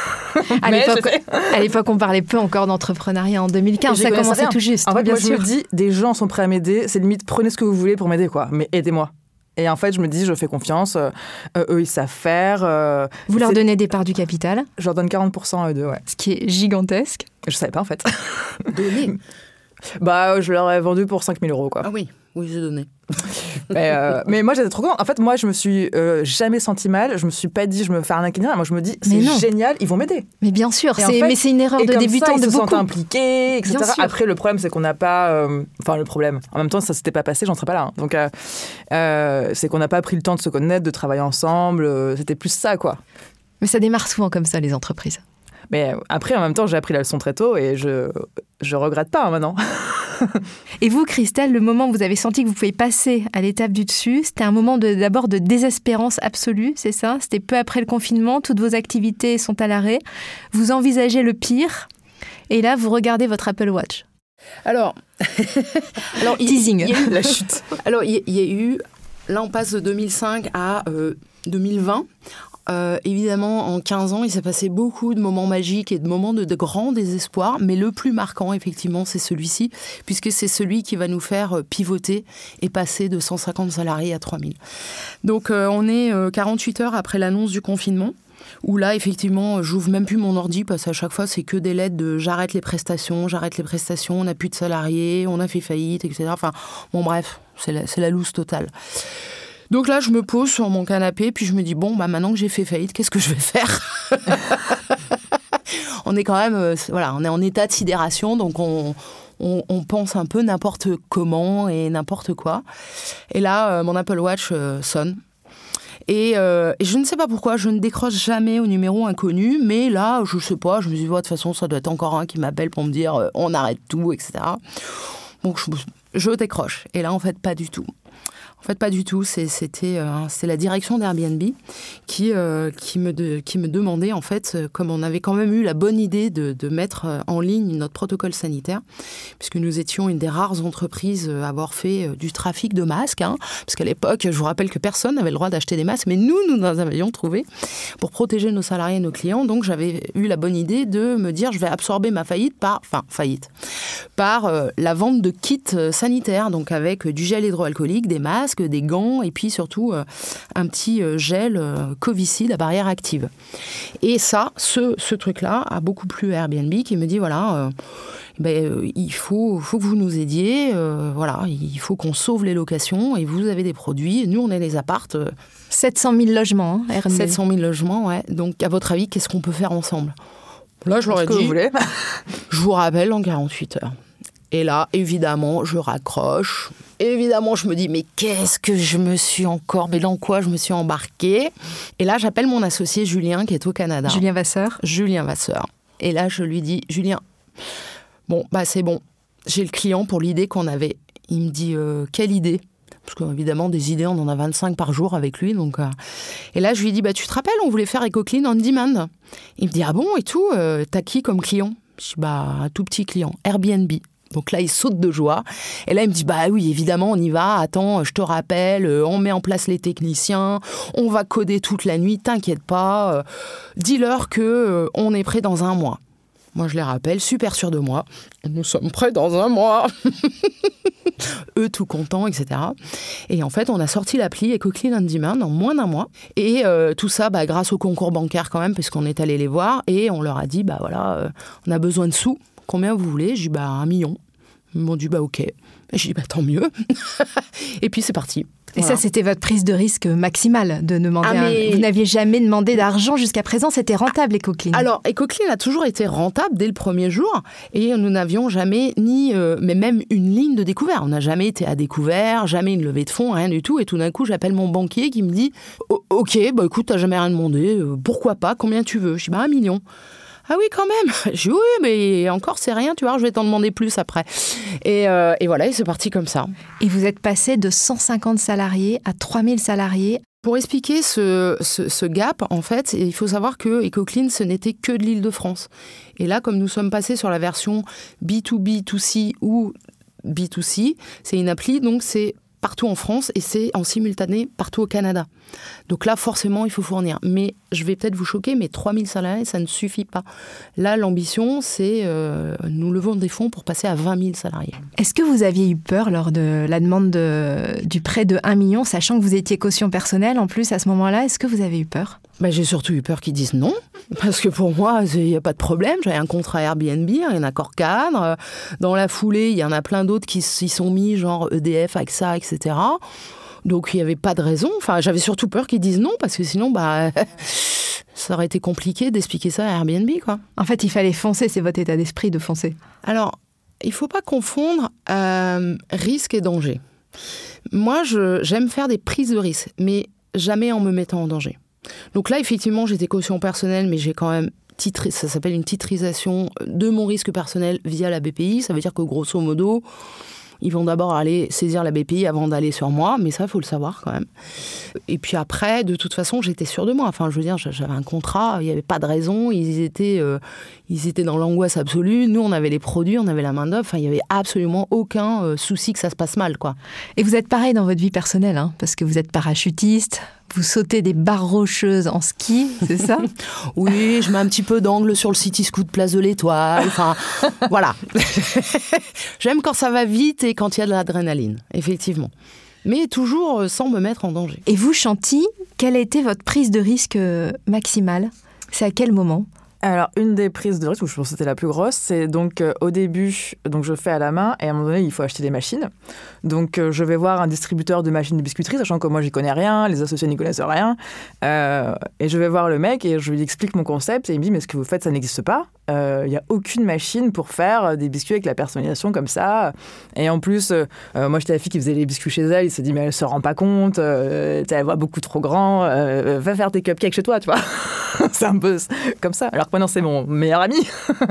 À l'époque, à l'époque, on parlait peu encore d'entrepreneuriat en deux mille quinze, ça commençait rien. Tout juste. En fait, bien moi, sûr. je me dis, des gens sont prêts à m'aider, c'est limite, prenez ce que vous voulez pour m'aider, quoi, mais aidez-moi. Et en fait, je me dis, je fais confiance, euh, eux, ils savent faire. Euh, vous leur donnez des parts du capital ? Je leur donne quarante pour cent à eux deux, ouais. Ce qui est gigantesque. Je savais pas, en fait. Donné ? Bah, je leur ai vendu pour cinq mille euros, quoi. Ah oui, oui, j'ai donné. mais, euh, mais moi, j'étais trop contente. En fait, moi, je me suis euh, jamais sentie mal. Je me suis pas dit, je me fais arnaquer. Moi, je me dis, c'est génial, ils vont m'aider. Mais bien sûr, c'est, en fait, mais c'est une erreur de débutant de ils beaucoup. se sentent impliqués, et cetera. Après, le problème, c'est qu'on n'a pas... Euh, enfin, le problème, en même temps, ça s'était pas passé, j'en serais pas là. Hein. Donc, euh, euh, c'est qu'on n'a pas pris le temps de se connaître, de travailler ensemble. Euh, c'était plus ça, quoi. Mais ça démarre souvent comme ça, les entreprises. Mais après, en même temps, j'ai appris la leçon très tôt et je je regrette pas hein, maintenant. Et vous, Christelle, le moment où vous avez senti que vous pouviez passer à l'étape du dessus, c'était un moment de, d'abord de désespérance absolue, c'est ça ? C'était peu après le confinement, toutes vos activités sont à l'arrêt. Vous envisagez le pire et là, vous regardez votre Apple Watch. Alors, alors teasing, il y a eu, la chute. Alors, il y a eu, là, on passe de deux mille cinq à euh, deux mille vingt. Euh, évidemment, en quinze ans, il s'est passé beaucoup de moments magiques et de moments de, de grand désespoir, mais le plus marquant, effectivement, c'est celui-ci, puisque c'est celui qui va nous faire pivoter et passer de cent cinquante salariés à trois mille. Donc, euh, on est euh, quarante-huit heures après l'annonce du confinement, où là, effectivement, j'ouvre même plus mon ordi, parce qu'à chaque fois, c'est que des lettres de « j'arrête les prestations, j'arrête les prestations, on n'a plus de salariés, on a fait faillite, et cetera » Enfin, bon, bref, c'est la, c'est la loose totale. Donc là, je me pose sur mon canapé, puis je me dis, bon, bah maintenant que j'ai fait faillite, qu'est-ce que je vais faire ? On est quand même, euh, voilà, on est en état de sidération, donc on, on, on pense un peu n'importe comment et n'importe quoi. Et là, euh, mon Apple Watch euh, sonne. Et, euh, et je ne sais pas pourquoi, je ne décroche jamais au numéro inconnu, mais là, je ne sais pas, je me dis, de toute façon, ça doit être encore un qui m'appelle pour me dire, euh, on arrête tout, et cetera. Donc, je, je décroche. Et là, en fait, pas du tout. En fait, pas du tout. C'est, c'était, euh, c'est la direction d'Airbnb qui, euh, qui, me de, qui me demandait, en fait, euh, comme on avait quand même eu la bonne idée de, de mettre en ligne notre protocole sanitaire, puisque nous étions une des rares entreprises à avoir fait euh, du trafic de masques, hein, parce qu'à l'époque, je vous rappelle que personne n'avait le droit d'acheter des masques, mais nous, nous en avions trouvé pour protéger nos salariés et nos clients. Donc, j'avais eu la bonne idée de me dire, je vais absorber ma faillite par, enfin, faillite, par euh, la vente de kits sanitaires, donc avec du gel hydroalcoolique, des masques, des gants et puis surtout euh, un petit euh, gel euh, Covicide à barrière active. Et ça, ce, ce truc-là a beaucoup plu à Airbnb qui me dit voilà, euh, ben, euh, il faut, faut que vous nous aidiez, euh, voilà, il faut qu'on sauve les locations et vous avez des produits, nous on est les appartes. Euh, sept cent mille logements, hein, Airbnb. sept cent mille logements, ouais. Donc à votre avis, qu'est-ce qu'on peut faire ensemble ? Là, je leur ai dit, vous voulez. Je vous rappelle en quarante-huit heures. Et là, évidemment, je raccroche. Évidemment, je me dis, mais qu'est-ce que je me suis encore... Mais dans quoi je me suis embarquée ? Et là, j'appelle mon associé Julien, qui est au Canada. Julien Vasseur. Julien Vasseur. Et là, je lui dis, Julien, bon, bah c'est bon. J'ai le client pour l'idée qu'on avait. Il me dit, euh, quelle idée ? Parce qu'évidemment, des idées, on en a vingt-cinq par jour avec lui. Donc, euh... Et là, je lui dis, bah, tu te rappelles, on voulait faire EcoClean on demand. Il me dit, ah bon, et tout, euh, t'as qui comme client ? Je dis, bah, un tout petit client, Airbnb. Donc là, il saute de joie. Et là, il me dit, bah oui, évidemment, on y va. Attends, je te rappelle, on met en place les techniciens, on va coder toute la nuit, t'inquiète pas. Dis-leur qu'on est prêt dans un mois. Moi, je les rappelle, super sûrs de moi. Nous sommes prêts dans un mois. Eux, tout contents, et cetera. Et en fait, on a sorti l'appli EcoClean on Demand en moins d'un mois. Et euh, tout ça, bah, grâce au concours bancaire quand même, parce qu'on est allé les voir. Et on leur a dit, bah voilà, euh, on a besoin de sous. Combien vous voulez ? J'ai dit, bah un million. Ils m'ont dit, bah ok. J'ai dit, bah tant mieux. Et puis, c'est parti. Et voilà. Ça, c'était votre prise de risque maximale de demander. Ah, mais... un... Vous n'aviez jamais demandé d'argent jusqu'à présent. C'était rentable, EcoClean. Alors, EcoClean a toujours été rentable dès le premier jour. Et nous n'avions jamais ni, euh, mais même une ligne de découvert. On n'a jamais été à découvert, jamais une levée de fonds, rien du tout. Et tout d'un coup, j'appelle mon banquier qui me dit, ok, bah écoute, t'as jamais rien demandé. Euh, pourquoi pas ? Combien tu veux ? Je dis, bah un million. Ah oui, quand même. Je dis oui, mais encore, c'est rien, tu vois, je vais t'en demander plus après. Et, euh, et voilà, et c'est parti comme ça. Et vous êtes passé de cent cinquante salariés à trois mille salariés. Pour expliquer ce, ce, ce gap, en fait, il faut savoir que EcoClean, ce n'était que de l'Île-de-France. Et là, comme nous sommes passés sur la version B deux B deux C ou B deux C, c'est une appli, donc c'est partout en France et c'est en simultané partout au Canada. Donc là, forcément, il faut fournir. Mais je vais peut-être vous choquer, mais trois mille salariés, ça ne suffit pas. Là, l'ambition, c'est euh, nous levons des fonds pour passer à vingt mille salariés. Est-ce que vous aviez eu peur lors de la demande de, du prêt de un million, sachant que vous étiez caution personnelle en plus à ce moment-là? Est-ce que vous avez eu peur? Ben, j'ai surtout eu peur qu'ils disent non, parce que pour moi, il n'y a pas de problème. J'avais un contrat Airbnb, un accord cadre. Dans la foulée, il y en a plein d'autres qui s'y sont mis, genre E D F, A X A, et cetera. Donc, il n'y avait pas de raison. Enfin, j'avais surtout peur qu'ils disent non, parce que sinon, bah, ça aurait été compliqué d'expliquer ça à Airbnb, quoi. En fait, il fallait foncer, c'est votre état d'esprit de foncer. Alors, il ne faut pas confondre euh, risque et danger. Moi, je, j'aime faire des prises de risque, mais jamais en me mettant en danger. Donc là, effectivement, j'étais caution personnelle, mais j'ai quand même titré, ça s'appelle une titrisation de mon risque personnel via la B P I. Ça veut dire que grosso modo, ils vont d'abord aller saisir la B P I avant d'aller sur moi, mais ça, il faut le savoir quand même. Et puis après, de toute façon, j'étais sûre de moi. Enfin, je veux dire, j'avais un contrat, il n'y avait pas de raison, ils étaient, euh, ils étaient dans l'angoisse absolue. Nous, on avait les produits, on avait la main-d'œuvre, enfin, il n'y avait absolument aucun euh, souci que ça se passe mal, quoi. Et vous êtes pareil dans votre vie personnelle, hein, parce que vous êtes parachutiste, vous sautez des barres rocheuses en ski, c'est ça? Oui, je mets un petit peu d'angle sur le City Scoot Place de l'Étoile. Enfin, voilà. J'aime quand ça va vite et quand il y a de l'adrénaline, effectivement. Mais toujours sans me mettre en danger. Et vous, Chanty, quelle a été votre prise de risque maximale? C'est à quel moment? Alors, une des prises de risque, où je pense que c'était la plus grosse, c'est donc euh, au début, donc je fais à la main et à un moment donné, il faut acheter des machines. Donc, euh, je vais voir un distributeur de machines de biscuiterie, sachant que moi, j'y connais rien, les associés n'y connaissent rien. Euh, et je vais voir le mec et je lui explique mon concept et il me dit, mais ce que vous faites, ça n'existe pas. Il euh, n'y a aucune machine pour faire des biscuits avec la personnalisation comme ça. Et en plus, euh, moi, j'étais la fille qui faisait les biscuits chez elle. Il s'est dit, mais elle se rend pas compte, euh, elle voit beaucoup trop grand, euh, va faire tes cupcakes chez toi, tu vois. C'est un peu comme ça. Alors que maintenant, c'est mon meilleur ami.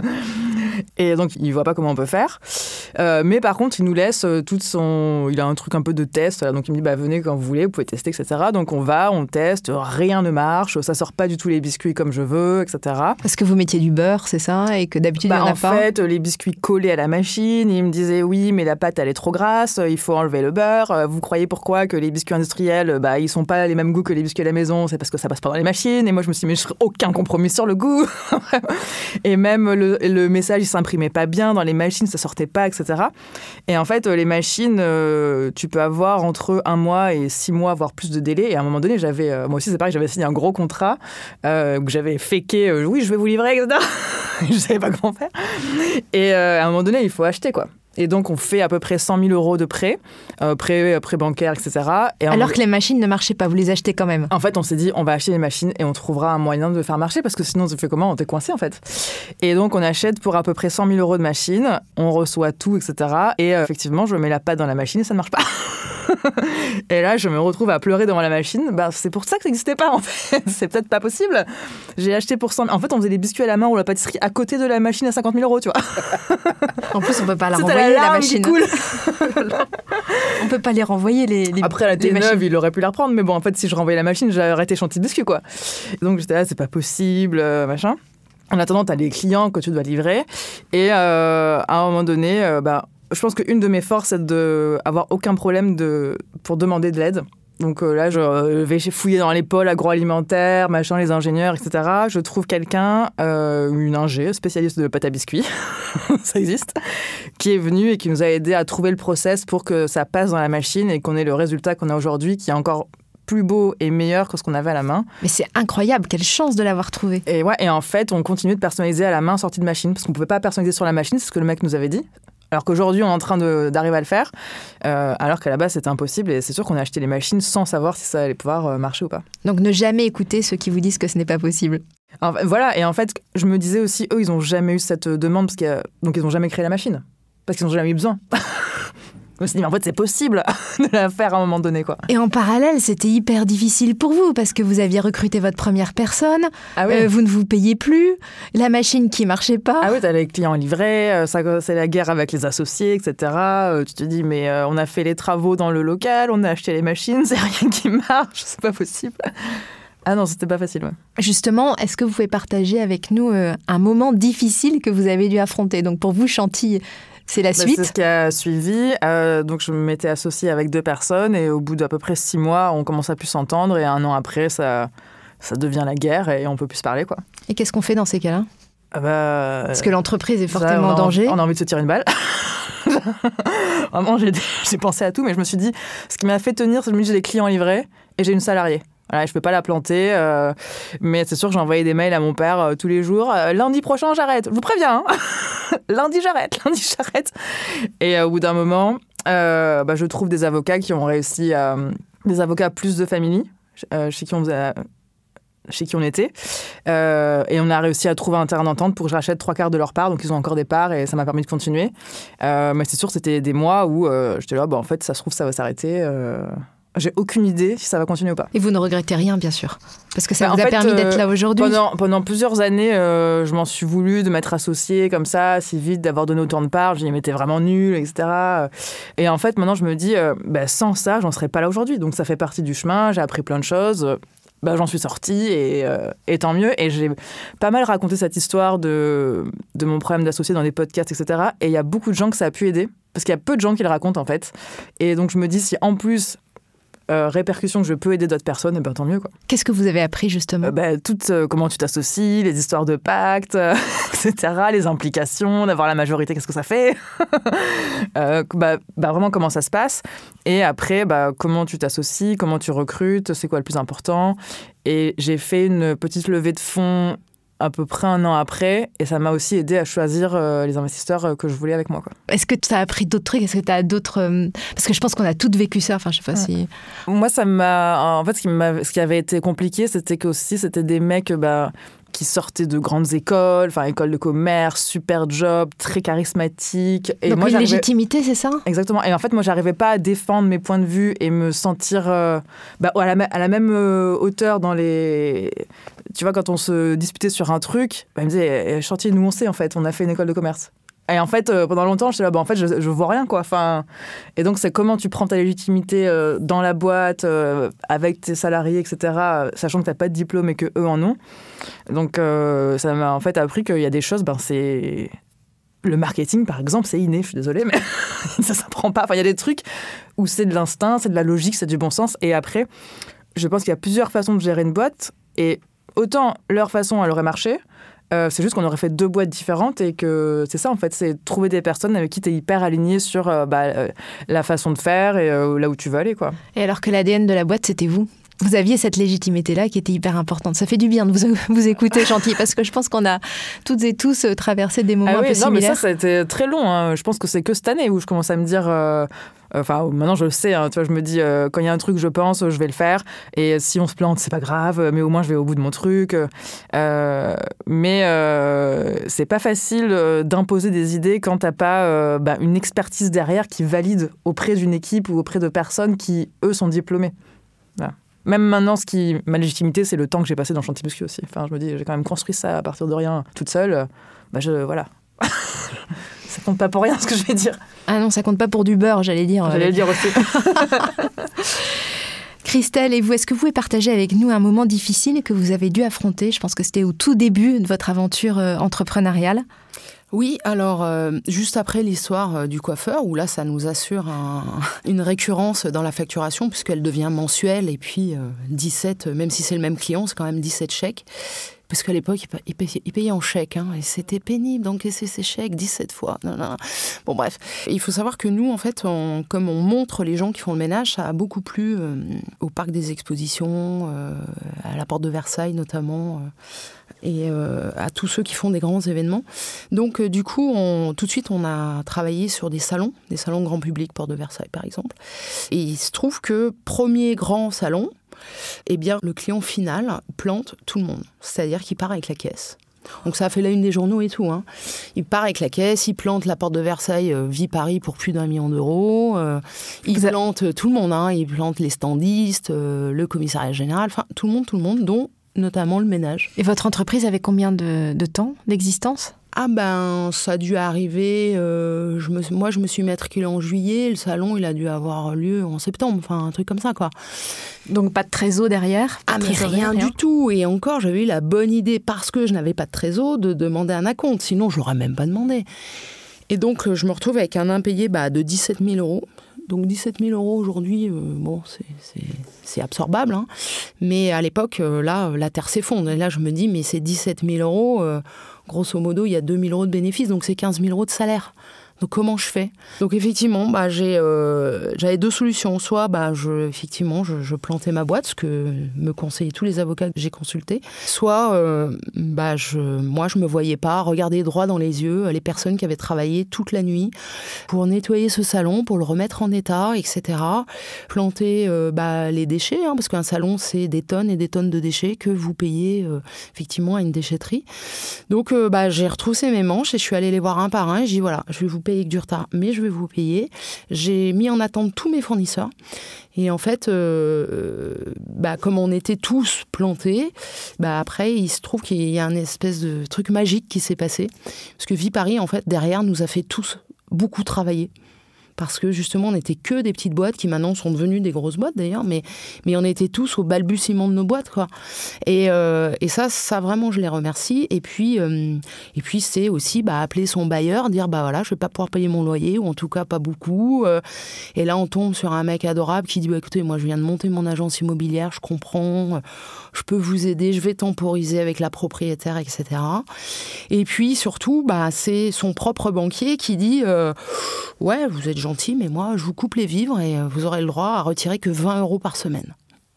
Et donc, il voit pas comment on peut faire. Euh, mais par contre, il nous laisse tout son... Il a un truc un peu de test. Donc, il me dit, bah, venez quand vous voulez, vous pouvez tester, et cetera. Donc, on va, on teste, rien ne marche, ça sort pas du tout les biscuits comme je veux, et cetera. Parce que vous mettiez du beurre, c'est ça? Et que d'habitude, bah, il n'y en a en pas? En fait, les biscuits collés à la machine, il me disait, oui, mais la pâte, elle est trop grasse, il faut enlever le beurre. Vous croyez pourquoi que les biscuits industriels, bah, ils sont pas les mêmes goûts que les biscuits à la maison? C'est parce que ça passe pas dans les machines. Et moi, je me suis dit, mais je ferai aucun compromis sur le goût. Et même le, le message, il s'imprimait pas bien dans les machines, ça sortait pas, et cetera. Et en fait, les machines, euh, tu peux avoir entre un mois et six mois, voire plus de délai. Et à un moment donné, j'avais, euh, moi aussi, c'est pareil, j'avais signé un gros contrat euh, que j'avais faké. Euh, oui, je vais vous livrer, et cetera. Je savais pas comment faire. Et euh, à un moment donné, il faut acheter, quoi. Et donc, on fait à peu près cent mille euros de prêt, euh, prêt, prêt bancaire, et cetera. Et Alors on... que les machines ne marchaient pas, vous les achetez quand même? En fait, on s'est dit, on va acheter les machines et on trouvera un moyen de le faire marcher parce que sinon, on fait comment? On était coincé, en fait. Et donc, on achète pour à peu près cent mille euros de machine, on reçoit tout, et cetera. Et euh, effectivement, je mets la pâte dans la machine et ça ne marche pas. Et là, je me retrouve à pleurer devant la machine. Bah, c'est pour ça que ça n'existait pas, en fait. C'est peut-être pas possible. J'ai acheté pour cent mille. En fait, on faisait des biscuits à la main ou la pâtisserie à côté de la machine à cinquante mille euros, tu vois. En plus, on peut pas la c'est renvoyer, la, la machine. Cool. On peut pas les renvoyer, les, les Après, elle était neuve, machines. Il aurait pu la reprendre. Mais bon, en fait, si je renvoyais la machine, j'aurais arrêté Chanty Biscuit, quoi. Donc, j'étais là, c'est pas possible, euh, machin. En attendant, t'as les clients que tu dois livrer. Et euh, à un moment donné, euh, bah, je pense qu'une de mes forces, c'est d'avoir aucun problème de, pour demander de l'aide. Donc euh, là, je euh, vais fouiller dans les pôles agroalimentaires, machin, les ingénieurs, et cetera. Je trouve quelqu'un, euh, une ingé, spécialiste de pâte à biscuits, ça existe, qui est venue et qui nous a aidé à trouver le process pour que ça passe dans la machine et qu'on ait le résultat qu'on a aujourd'hui, qui est encore plus beau et meilleur que ce qu'on avait à la main. Mais c'est incroyable, quelle chance de l'avoir trouvé. Et ouais, et en fait, on continue de personnaliser à la main sortie de machine, parce qu'on ne pouvait pas personnaliser sur la machine, c'est ce que le mec nous avait dit. Alors qu'aujourd'hui, on est en train de, d'arriver à le faire, euh, alors qu'à la base, c'était impossible. Et c'est sûr qu'on a acheté les machines sans savoir si ça allait pouvoir euh, marcher ou pas. Donc ne jamais écouter ceux qui vous disent que ce n'est pas possible. Alors, voilà, et en fait, je me disais aussi, eux, ils n'ont jamais eu cette demande, parce qu'il y a... donc ils n'ont jamais créé la machine, parce qu'ils n'ont jamais eu besoin. Je me suis dit, mais en fait, c'est possible de la faire à un moment donné, quoi. Et en parallèle, c'était hyper difficile pour vous, parce que vous aviez recruté votre première personne, ah oui. euh, vous ne vous payez plus, la machine qui marchait pas. Ah oui, t'as les clients livrés, euh, ça, c'est la guerre avec les associés, et cetera. Euh, tu te dis, mais euh, on a fait les travaux dans le local, on a acheté les machines, c'est rien qui marche, c'est pas possible. Ah non, c'était pas facile, ouais. Justement, est-ce que vous pouvez partager avec nous euh, un moment difficile que vous avez dû affronter ? Donc pour vous, Chantilly, c'est la suite. Bah, c'est ce qui a suivi. Euh, donc je m'étais associée avec deux personnes et au bout d'à peu près six mois, on commence à plus s'entendre et un an après, ça, ça devient la guerre et on peut plus se parler, quoi. Et qu'est-ce qu'on fait dans ces cas-là ? Ah bah, Parce que l'entreprise est fortement ça, on a, en danger. On a envie de se tirer une balle. Vraiment, j'ai, j'ai pensé à tout, mais je me suis dit, ce qui m'a fait tenir, c'est que j'ai des clients livrés et j'ai une salariée. Voilà, je ne peux pas la planter, euh, mais c'est sûr que j'ai envoyé des mails à mon père euh, tous les jours. Euh, lundi prochain, j'arrête. Je vous préviens. Hein. lundi, j'arrête. Lundi, j'arrête. Et euh, au bout d'un moment, euh, bah, je trouve des avocats qui ont réussi à... Euh, des avocats plus de famille, euh, chez qui on faisait... chez qui on était. Euh, et on a réussi à trouver un terrain d'entente pour que je rachète trois quarts de leur part. Donc, ils ont encore des parts et ça m'a permis de continuer. Euh, mais c'est sûr, c'était des mois où euh, j'étais là, bah, en fait, ça se trouve, ça va s'arrêter. Euh... J'ai aucune idée si ça va continuer ou pas. Et vous ne regrettez rien, bien sûr, parce que ça bah, vous a fait, permis d'être là aujourd'hui. Pendant, pendant plusieurs années, euh, je m'en suis voulu de m'être associée comme ça, si vite, d'avoir donné autant de parts. Je m'étais vraiment nulle, et cetera. Et en fait, maintenant, je me dis, euh, bah, sans ça, j'en serais pas là aujourd'hui. Donc, ça fait partie du chemin. J'ai appris plein de choses. Bah, j'en suis sortie et, euh, et tant mieux. Et j'ai pas mal raconté cette histoire de, de mon problème d'associé dans des podcasts, et cetera. Et il y a beaucoup de gens que ça a pu aider, parce qu'il y a peu de gens qui le racontent, en fait. Et donc, je me dis, si en plus... Euh, répercussions que je peux aider d'autres personnes, et ben tant mieux, quoi. Qu'est-ce que vous avez appris justement ? euh, bah, tout, euh, comment tu t'associes, les histoires de pacte, euh, et cetera, les implications, d'avoir la majorité, qu'est-ce que ça fait euh, bah, bah, vraiment comment ça se passe. Et après, bah, comment tu t'associes, comment tu recrutes, c'est quoi le plus important. Et j'ai fait une petite levée de fonds à peu près un an après, et ça m'a aussi aidé à choisir euh, les investisseurs que je voulais avec moi, quoi. Est-ce que tu as appris d'autres trucs ? Est-ce que tu as d'autres... Euh... Parce que je pense qu'on a toutes vécu ça, enfin je sais pas ouais. si... Moi, ça m'a... En fait, ce qui, m'a... ce qui avait été compliqué, c'était que aussi, c'était des mecs... Bah, qui sortaient de grandes écoles, enfin école de commerce, super job, très charismatique. Et donc moi, une j'arrivais... légitimité, c'est ça ? Exactement. Et en fait, moi, j'arrivais pas à défendre mes points de vue et me sentir euh, bah, à, la, à la même euh, hauteur dans les... Tu vois, quand on se disputait sur un truc, bah, il me disait, Chantilly, nous on sait en fait, on a fait une école de commerce. Et en fait, euh, pendant longtemps, j'étais là, bah, en fait, je, je vois rien, quoi. Enfin, et donc, c'est comment tu prends ta légitimité euh, dans la boîte, euh, avec tes salariés, et cetera, sachant que tu n'as pas de diplôme et qu'eux en ont. Donc, euh, ça m'a en fait appris qu'il y a des choses, ben, c'est... Le marketing, par exemple, c'est inné, je suis désolée, mais ça ne s'apprend pas. Enfin, il y a des trucs où c'est de l'instinct, c'est de la logique, c'est du bon sens. Et après, je pense qu'il y a plusieurs façons de gérer une boîte. Et autant leur façon, elle aurait marché, Euh, c'est juste qu'on aurait fait deux boîtes différentes et que c'est ça en fait, c'est trouver des personnes avec qui tu es hyper aligné sur euh, bah, euh, la façon de faire et euh, là où tu veux aller, quoi. Et alors que l'A D N de la boîte, c'était vous ? Vous aviez cette légitimité-là qui était hyper importante. Ça fait du bien de vous, vous écouter, Chantilly, parce que je pense qu'on a toutes et tous traversé des moments ah oui, un peu non, similaires. Mais ça, ça a été très long. Hein. Je pense que c'est que cette année où je commence à me dire... Euh, enfin, maintenant, je le sais. Hein, tu vois, je me dis, euh, quand il y a un truc, je pense, je vais le faire. Et si on se plante, c'est pas grave. Mais au moins, je vais au bout de mon truc. Euh, mais euh, c'est pas facile d'imposer des idées quand t'as pas euh, bah, une expertise derrière qui valide auprès d'une équipe ou auprès de personnes qui, eux, sont diplômés. Voilà. Même maintenant, ce qui, ma légitimité, c'est le temps que j'ai passé dans Chantilly Biscuit aussi. Enfin, je me dis, j'ai quand même construit ça à partir de rien, toute seule. Bah, je, voilà. Ça compte pas pour rien, ce que je vais dire. Ah non, ça compte pas pour du beurre, j'allais dire. J'allais le dire aussi. Christelle, et vous, est-ce que vous pouvez partager avec nous un moment difficile que vous avez dû affronter ? Je pense que c'était au tout début de votre aventure euh, entrepreneuriale. Oui, alors euh, juste après l'histoire euh, du coiffeur, où là ça nous assure un, une récurrence dans la facturation puisqu'elle devient mensuelle et puis euh, dix-sept, même si c'est le même client, c'est quand même dix-sept chèques. Parce qu'à l'époque, ils payaient, ils payaient en chèques, hein, et c'était pénible d'encaisser ces chèques dix-sept fois. Non, non. Bon, bref. Il faut savoir que nous, en fait, on, comme on montre les gens qui font le ménage, ça a beaucoup plu euh, au Parc des Expositions, euh, à la Porte de Versailles notamment, euh, et euh, à tous ceux qui font des grands événements. Donc, euh, du coup, on, tout de suite, on a travaillé sur des salons, des salons grand public, Porte de Versailles, par exemple. Et il se trouve que premier grand salon, eh bien, le client final plante tout le monde. C'est-à-dire qu'il part avec la caisse. Donc ça a fait la une des journaux et tout. Hein. Il part avec la caisse, il plante la Porte de Versailles, euh, Vie Paris pour plus d'un million d'euros. Euh, il Vous plante a... tout le monde. Hein. Il plante les standistes, euh, le commissariat général, enfin tout le monde, tout le monde, dont notamment le ménage. Et votre entreprise avait combien de, de temps d'existence ? Ah ben, ça a dû arriver, euh, je me, moi je me suis matriculée en juillet, le salon il a dû avoir lieu en septembre, enfin un truc comme ça quoi. Donc pas de trésor derrière ? Ah mais rien, rien du tout, et encore j'avais eu la bonne idée, parce que je n'avais pas de trésor, de demander un acompte, sinon je l'aurais même pas demandé. Et donc je me retrouve avec un impayé bah, de dix-sept mille euros. Donc dix-sept mille euros aujourd'hui, euh, bon, c'est, c'est, c'est absorbable. Hein. Mais à l'époque, euh, là, la terre s'effondre. Et là, je me dis, mais c'est dix-sept mille euros, euh, grosso modo, il y a deux mille euros de bénéfices, donc c'est quinze mille euros de salaire. Donc comment je fais ? Donc effectivement, bah, j'ai, euh, j'avais deux solutions. Soit bah, je, effectivement, je, je plantais ma boîte, ce que me conseillaient tous les avocats que j'ai consultés. Soit euh, bah, je, moi, je ne me voyais pas regarder droit dans les yeux les personnes qui avaient travaillé toute la nuit pour nettoyer ce salon, pour le remettre en état, et cetera. Planter euh, bah, les déchets, hein, parce qu'un salon, c'est des tonnes et des tonnes de déchets que vous payez euh, effectivement à une déchetterie. Donc euh, bah, j'ai retroussé mes manches et je suis allée les voir un par un et j'ai dit voilà, je vais vous payer avec du retard, mais je vais vous payer. J'ai mis en attente tous mes fournisseurs. Et en fait, euh, bah, comme on était tous plantés, bah, après, il se trouve qu'il y a un espèce de truc magique qui s'est passé. Parce que Vie Paris, en fait, derrière, nous a fait tous beaucoup travailler. Parce que justement, on n'était que des petites boîtes qui maintenant sont devenues des grosses boîtes d'ailleurs, mais, mais on était tous au balbutiement de nos boîtes, quoi. Et, euh, et ça, ça vraiment, je les remercie. Et puis, euh, et puis c'est aussi bah, appeler son bailleur, dire bah voilà, je ne vais pas pouvoir payer mon loyer, ou en tout cas pas beaucoup. Et là, on tombe sur un mec adorable qui dit bah, écoutez, moi je viens de monter mon agence immobilière, je comprends, je peux vous aider, je vais temporiser avec la propriétaire, et cetera. Et puis surtout, bah, c'est son propre banquier qui dit euh, ouais, vous êtes gentil, mais moi, je vous coupe les vivres et vous aurez le droit à retirer que vingt euros par semaine.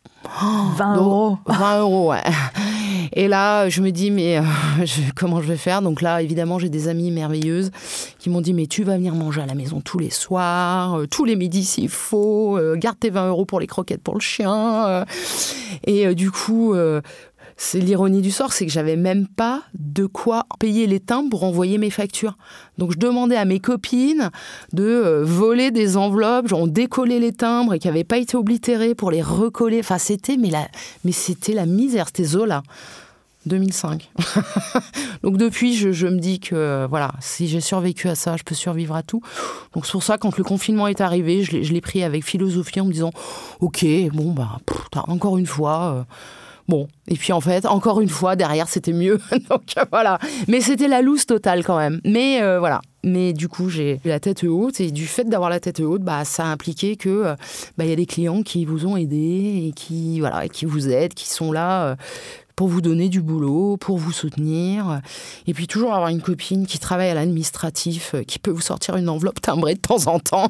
vingt euros vingt euros, ouais. Et là, je me dis, mais euh, je, comment je vais faire ? Donc là, évidemment, j'ai des amies merveilleuses qui m'ont dit, mais tu vas venir manger à la maison tous les soirs, euh, tous les midis s'il faut, euh, garde tes vingt euros pour les croquettes pour le chien. Euh, et euh, du coup... Euh, c'est l'ironie du sort, c'est que j'avais même pas de quoi payer les timbres pour envoyer mes factures. Donc je demandais à mes copines de euh, voler des enveloppes, genre on décollait les timbres et qui n'avaient pas été oblitérés pour les recoller. Enfin c'était, mais, la, mais c'était la misère, c'était Zola. deux mille cinq. Donc depuis, je, je me dis que euh, voilà, si j'ai survécu à ça, je peux survivre à tout. Donc c'est pour ça, quand le confinement est arrivé, je l'ai, je l'ai pris avec philosophie en me disant « Ok, bon, bah, pff, encore une fois... Euh, » Bon, et puis en fait, encore une fois, derrière, c'était mieux. Donc voilà. Mais c'était la loose totale quand même. Mais euh, voilà. Mais du coup, j'ai la tête haute. Et du fait d'avoir la tête haute, bah, ça a impliqué que bah, y a des clients qui vous ont aidé et qui, voilà, et qui vous aident, qui sont là euh, pour vous donner du boulot, pour vous soutenir. Et puis toujours avoir une copine qui travaille à l'administratif, qui peut vous sortir une enveloppe timbrée de temps en temps.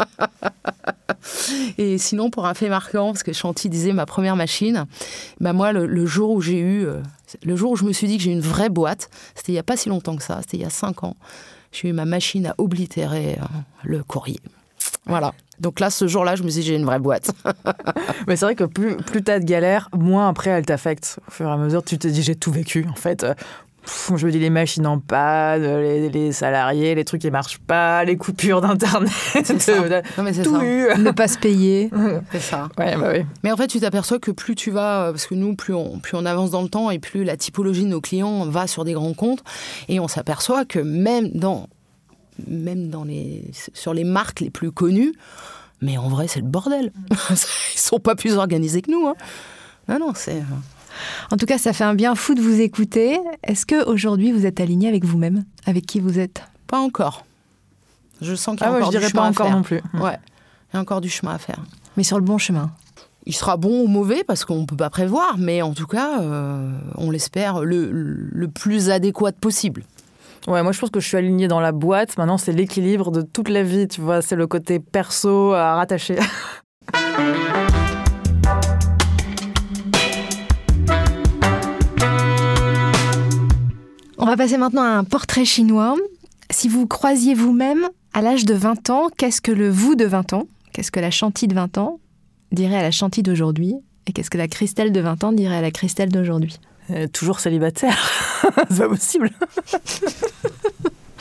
Et sinon, pour un fait marquant, parce que Chanty disait ma première machine, bah moi, le, le jour où j'ai eu, euh, le jour où je me suis dit que j'ai une vraie boîte, c'était il n'y a pas si longtemps que ça, c'était il y a cinq ans, j'ai eu ma machine à oblitérer euh, le courrier. Voilà. Donc là, ce jour-là, je me suis dit, j'ai une vraie boîte. Mais c'est vrai que plus, plus t'as de galères, moins après elle t'affecte. Au fur et à mesure, tu te dis, j'ai tout vécu, en fait. Pff, je me dis, les machines en panne, les, les salariés, les trucs qui marchent pas, les coupures d'internet. C'est ça. Non, mais c'est tout ça. eu. Ne pas se payer. C'est ça. Ouais, bah oui. Mais en fait, tu t'aperçois que plus tu vas, parce que nous, plus on, plus on avance dans le temps et plus la typologie de nos clients va sur des grands comptes, et on s'aperçoit que même dans, même dans les, sur les marques les plus connues, mais en vrai, c'est le bordel. Ils sont pas plus organisés que nous. Hein. Non, non, c'est... En tout cas, ça fait un bien fou de vous écouter. Est-ce qu'aujourd'hui, vous êtes aligné avec vous-même, avec qui vous êtes ? Pas encore. Je sens qu'il y a ah ouais, encore je du dirais chemin pas à encore faire. non plus. Ouais, il y a encore du chemin à faire. Mais sur le bon chemin. Il sera bon ou mauvais parce qu'on ne peut pas prévoir, mais en tout cas, euh, on l'espère le, le plus adéquat possible. Ouais, moi je pense que je suis alignée dans la boîte. Maintenant, c'est l'équilibre de toute la vie, tu vois. C'est le côté perso à rattacher. On va passer maintenant à un portrait chinois. Si vous croisiez vous-même à l'âge de vingt ans, qu'est-ce que le vous de vingt ans, qu'est-ce que la Chanty de vingt ans dirait à la Chanty d'aujourd'hui, et qu'est-ce que la Christelle de vingt ans dirait à la Christelle d'aujourd'hui ? euh, Toujours célibataire. C'est pas possible. Christelle ?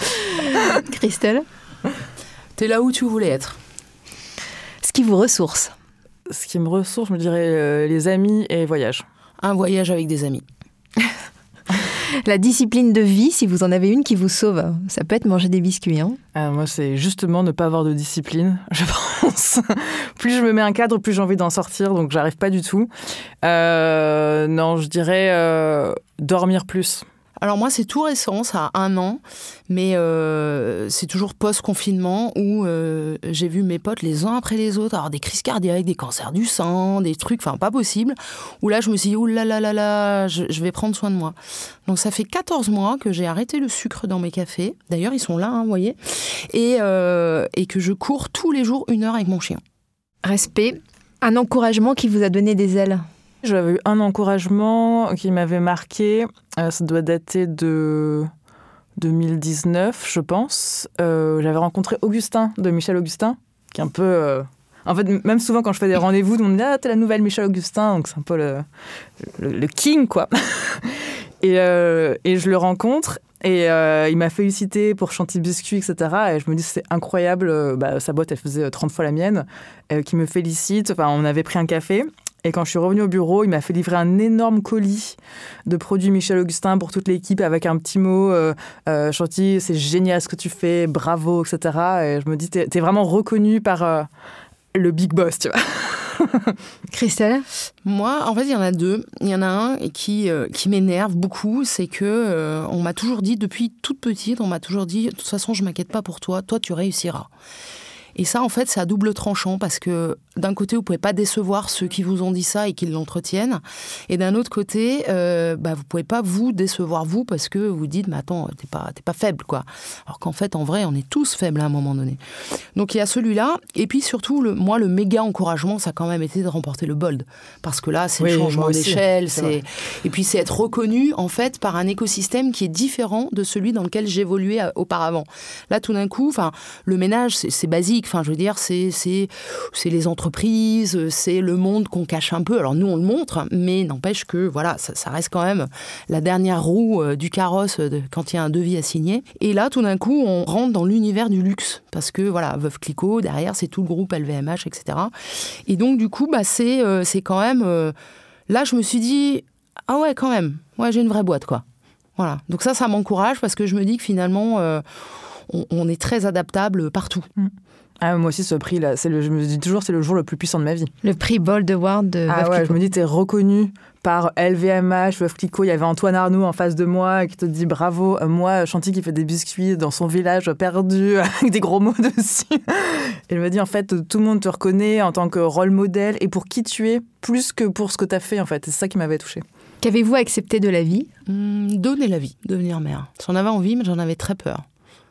T'es là où tu voulais être. Ce qui vous ressource ? Ce qui me ressource, je me dirais euh, les amis et voyage. Un voyage avec des amis. La discipline de vie, si vous en avez une qui vous sauve, ça peut être manger des biscuits. Hein. Ah, moi, c'est justement ne pas avoir de discipline, je pense. Plus je me mets un cadre, plus j'ai envie d'en sortir, donc j'arrive pas du tout. Euh, non, je dirais euh, dormir plus. Alors moi, c'est tout récent, ça a un an, mais euh, c'est toujours post-confinement où euh, j'ai vu mes potes les uns après les autres avoir des crises cardiaques, des cancers du sang, des trucs, enfin pas possible, où là je me suis dit, ouh là là là là, je, je vais prendre soin de moi. Donc ça fait quatorze mois que j'ai arrêté le sucre dans mes cafés, d'ailleurs ils sont là, hein, vous voyez, et, euh, et que je cours tous les jours une heure avec mon chien. Respect, un encouragement qui vous a donné des ailes. J'avais eu un encouragement qui m'avait marqué. Euh, ça doit dater de deux mille dix-neuf, je pense. Euh, j'avais rencontré Augustin, de Michel Augustin, qui est un peu... Euh... En fait, même souvent, quand je fais des rendez-vous, tout le monde me dit « Ah, t'es la nouvelle Michel Augustin », donc c'est un peu le, le, le king, quoi. et, euh, et je le rencontre, et euh, il m'a félicité pour Chanty Biscuit, et cetera. Et je me dis, c'est incroyable, bah, sa boîte, elle faisait trente fois la mienne, euh, qui me félicite. Enfin, on avait pris un café. Et quand je suis revenue au bureau, il m'a fait livrer un énorme colis de produits Michel Augustin pour toute l'équipe avec un petit mot euh, euh, « Chanty, c'est génial ce que tu fais, bravo, et cetera » Et je me dis, t'es, t'es vraiment reconnue par euh, le big boss, tu vois. Christelle ? Moi, en fait, il y en a deux. Il y en a un qui, euh, qui m'énerve beaucoup, c'est que euh, on m'a toujours dit, depuis toute petite, on m'a toujours dit « De toute façon, je m'inquiète pas pour toi, toi tu réussiras ». Et ça, en fait, c'est à double tranchant parce que d'un côté, vous pouvez pas décevoir ceux qui vous ont dit ça et qui l'entretiennent. Et d'un autre côté, euh, bah, vous pouvez pas vous décevoir vous parce que vous dites, mais attends, t'es pas, t'es pas faible, quoi. Alors qu'en fait, en vrai, on est tous faibles à un moment donné. Donc il y a celui-là. Et puis surtout, le, moi, le méga encouragement, ça a quand même été de remporter le Bold. Parce que là, c'est oui, le changement d'échelle. C'est c'est... Et puis c'est être reconnu, en fait, par un écosystème qui est différent de celui dans lequel j'évoluais auparavant. Là, tout d'un coup, enfin, le ménage, c'est, c'est basique. Enfin, je veux dire, c'est, c'est, c'est les entreprises, c'est le monde qu'on cache un peu. Alors nous, on le montre, mais n'empêche que voilà, ça, ça reste quand même la dernière roue euh, du carrosse de, quand il y a un devis à signer. Et là, tout d'un coup, on rentre dans l'univers du luxe. Parce que voilà, Veuve Clicquot, derrière, c'est tout le groupe L V M H, et cetera. Et donc, du coup, bah, c'est, euh, c'est quand même... Euh, là, je me suis dit, ah ouais, quand même, ouais, j'ai une vraie boîte, quoi. Voilà. Donc ça, ça m'encourage parce que je me dis que finalement, euh, on, on est très adaptable partout. Mmh. Ah, moi aussi, ce prix-là, c'est le, je me dis toujours, c'est le jour le plus puissant de ma vie. Le prix Bold Award de ah Veuve ouais, Clicquot. Je me dis, t'es reconnue par L V M H, Veuve Clicquot. Il y avait Antoine Arnaud en face de moi qui te dit bravo. Moi, Chanty qui fait des biscuits dans son village perdu avec des gros mots dessus. Et je me dis, en fait, tout le monde te reconnaît en tant que rôle modèle et pour qui tu es, plus que pour ce que t'as fait, en fait. C'est ça qui m'avait touchée. Qu'avez-vous accepté de la vie ? mmh, Donner la vie, devenir mère. J'en avais envie, mais j'en avais très peur.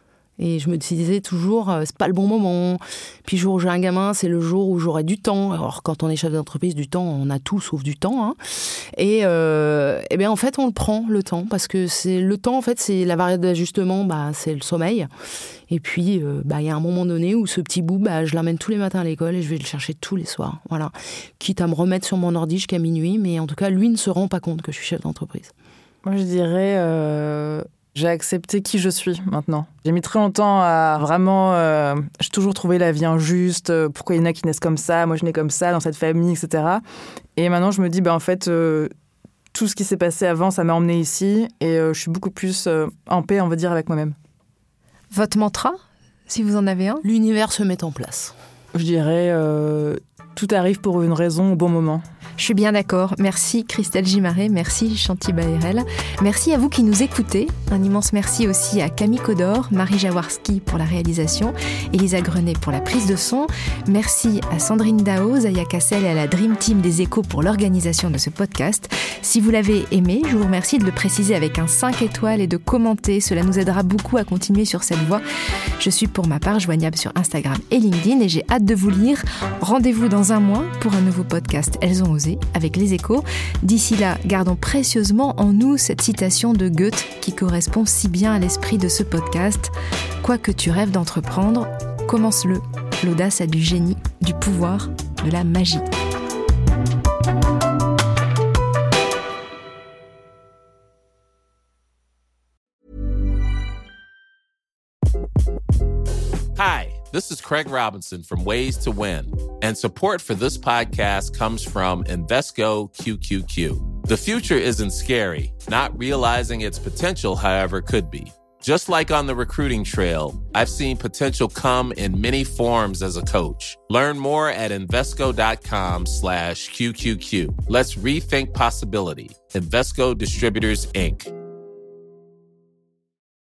Et je me disais toujours, euh, c'est pas le bon moment. Puis le jour où j'ai un gamin, c'est le jour où j'aurai du temps. Alors quand on est chef d'entreprise, du temps, on a tout sauf du temps. Hein. Et, euh, et bien en fait, on le prend, le temps. Parce que c'est le temps, en fait, c'est la variable d'ajustement, bah, c'est le sommeil. Et puis, il euh, bah, y a un moment donné où ce petit bout, bah, je l'amène tous les matins à l'école et je vais le chercher tous les soirs. Voilà. Quitte à me remettre sur mon ordi jusqu'à minuit. Mais en tout cas, lui ne se rend pas compte que je suis chef d'entreprise. Moi, je dirais... Euh... J'ai accepté qui je suis maintenant. J'ai mis très longtemps à vraiment... Euh, j'ai toujours trouvé la vie injuste. Euh, pourquoi il y en a qui naissent comme ça, moi je nais comme ça, dans cette famille, et cetera. Et maintenant, je me dis, bah, en fait, euh, tout ce qui s'est passé avant, ça m'a emmenée ici. Et euh, je suis beaucoup plus euh, en paix, on va dire, avec moi-même. Votre mantra, si vous en avez un ? L'univers se met en place. Je dirais, euh, tout arrive pour une raison au bon moment. Je suis bien d'accord. Merci Christelle Gimaret, merci Chanty Baérel. Merci à vous qui nous écoutez. Un immense merci aussi à Camille Codor, Marie Jaworski pour la réalisation, Elisa Grenet pour la prise de son. Merci à Sandrine Dao, Zaya Cassel et à la Dream Team des Échos pour l'organisation de ce podcast. Si vous l'avez aimé, je vous remercie de le préciser avec un cinq étoiles et de commenter. Cela nous aidera beaucoup à continuer sur cette voie. Je suis pour ma part joignable sur Instagram et LinkedIn et j'ai hâte de vous lire. Rendez-vous dans un mois pour un nouveau podcast Elles ont osé avec les Échos. D'ici là, gardons précieusement en nous cette citation de Goethe qui correspond si bien à l'esprit de ce podcast. Quoi que tu rêves d'entreprendre, commence-le. L'audace a du génie, du pouvoir, de la magie. Hi, this is Craig Robinson from Ways to Win, and support for this podcast comes from Invesco Q Q Q. The future isn't scary. Not realizing its potential, however, could be. Just like on the recruiting trail, I've seen potential come in many forms as a coach. Learn more at Invesco.com slash QQQ. Let's rethink possibility. Invesco Distributors, Incorporated.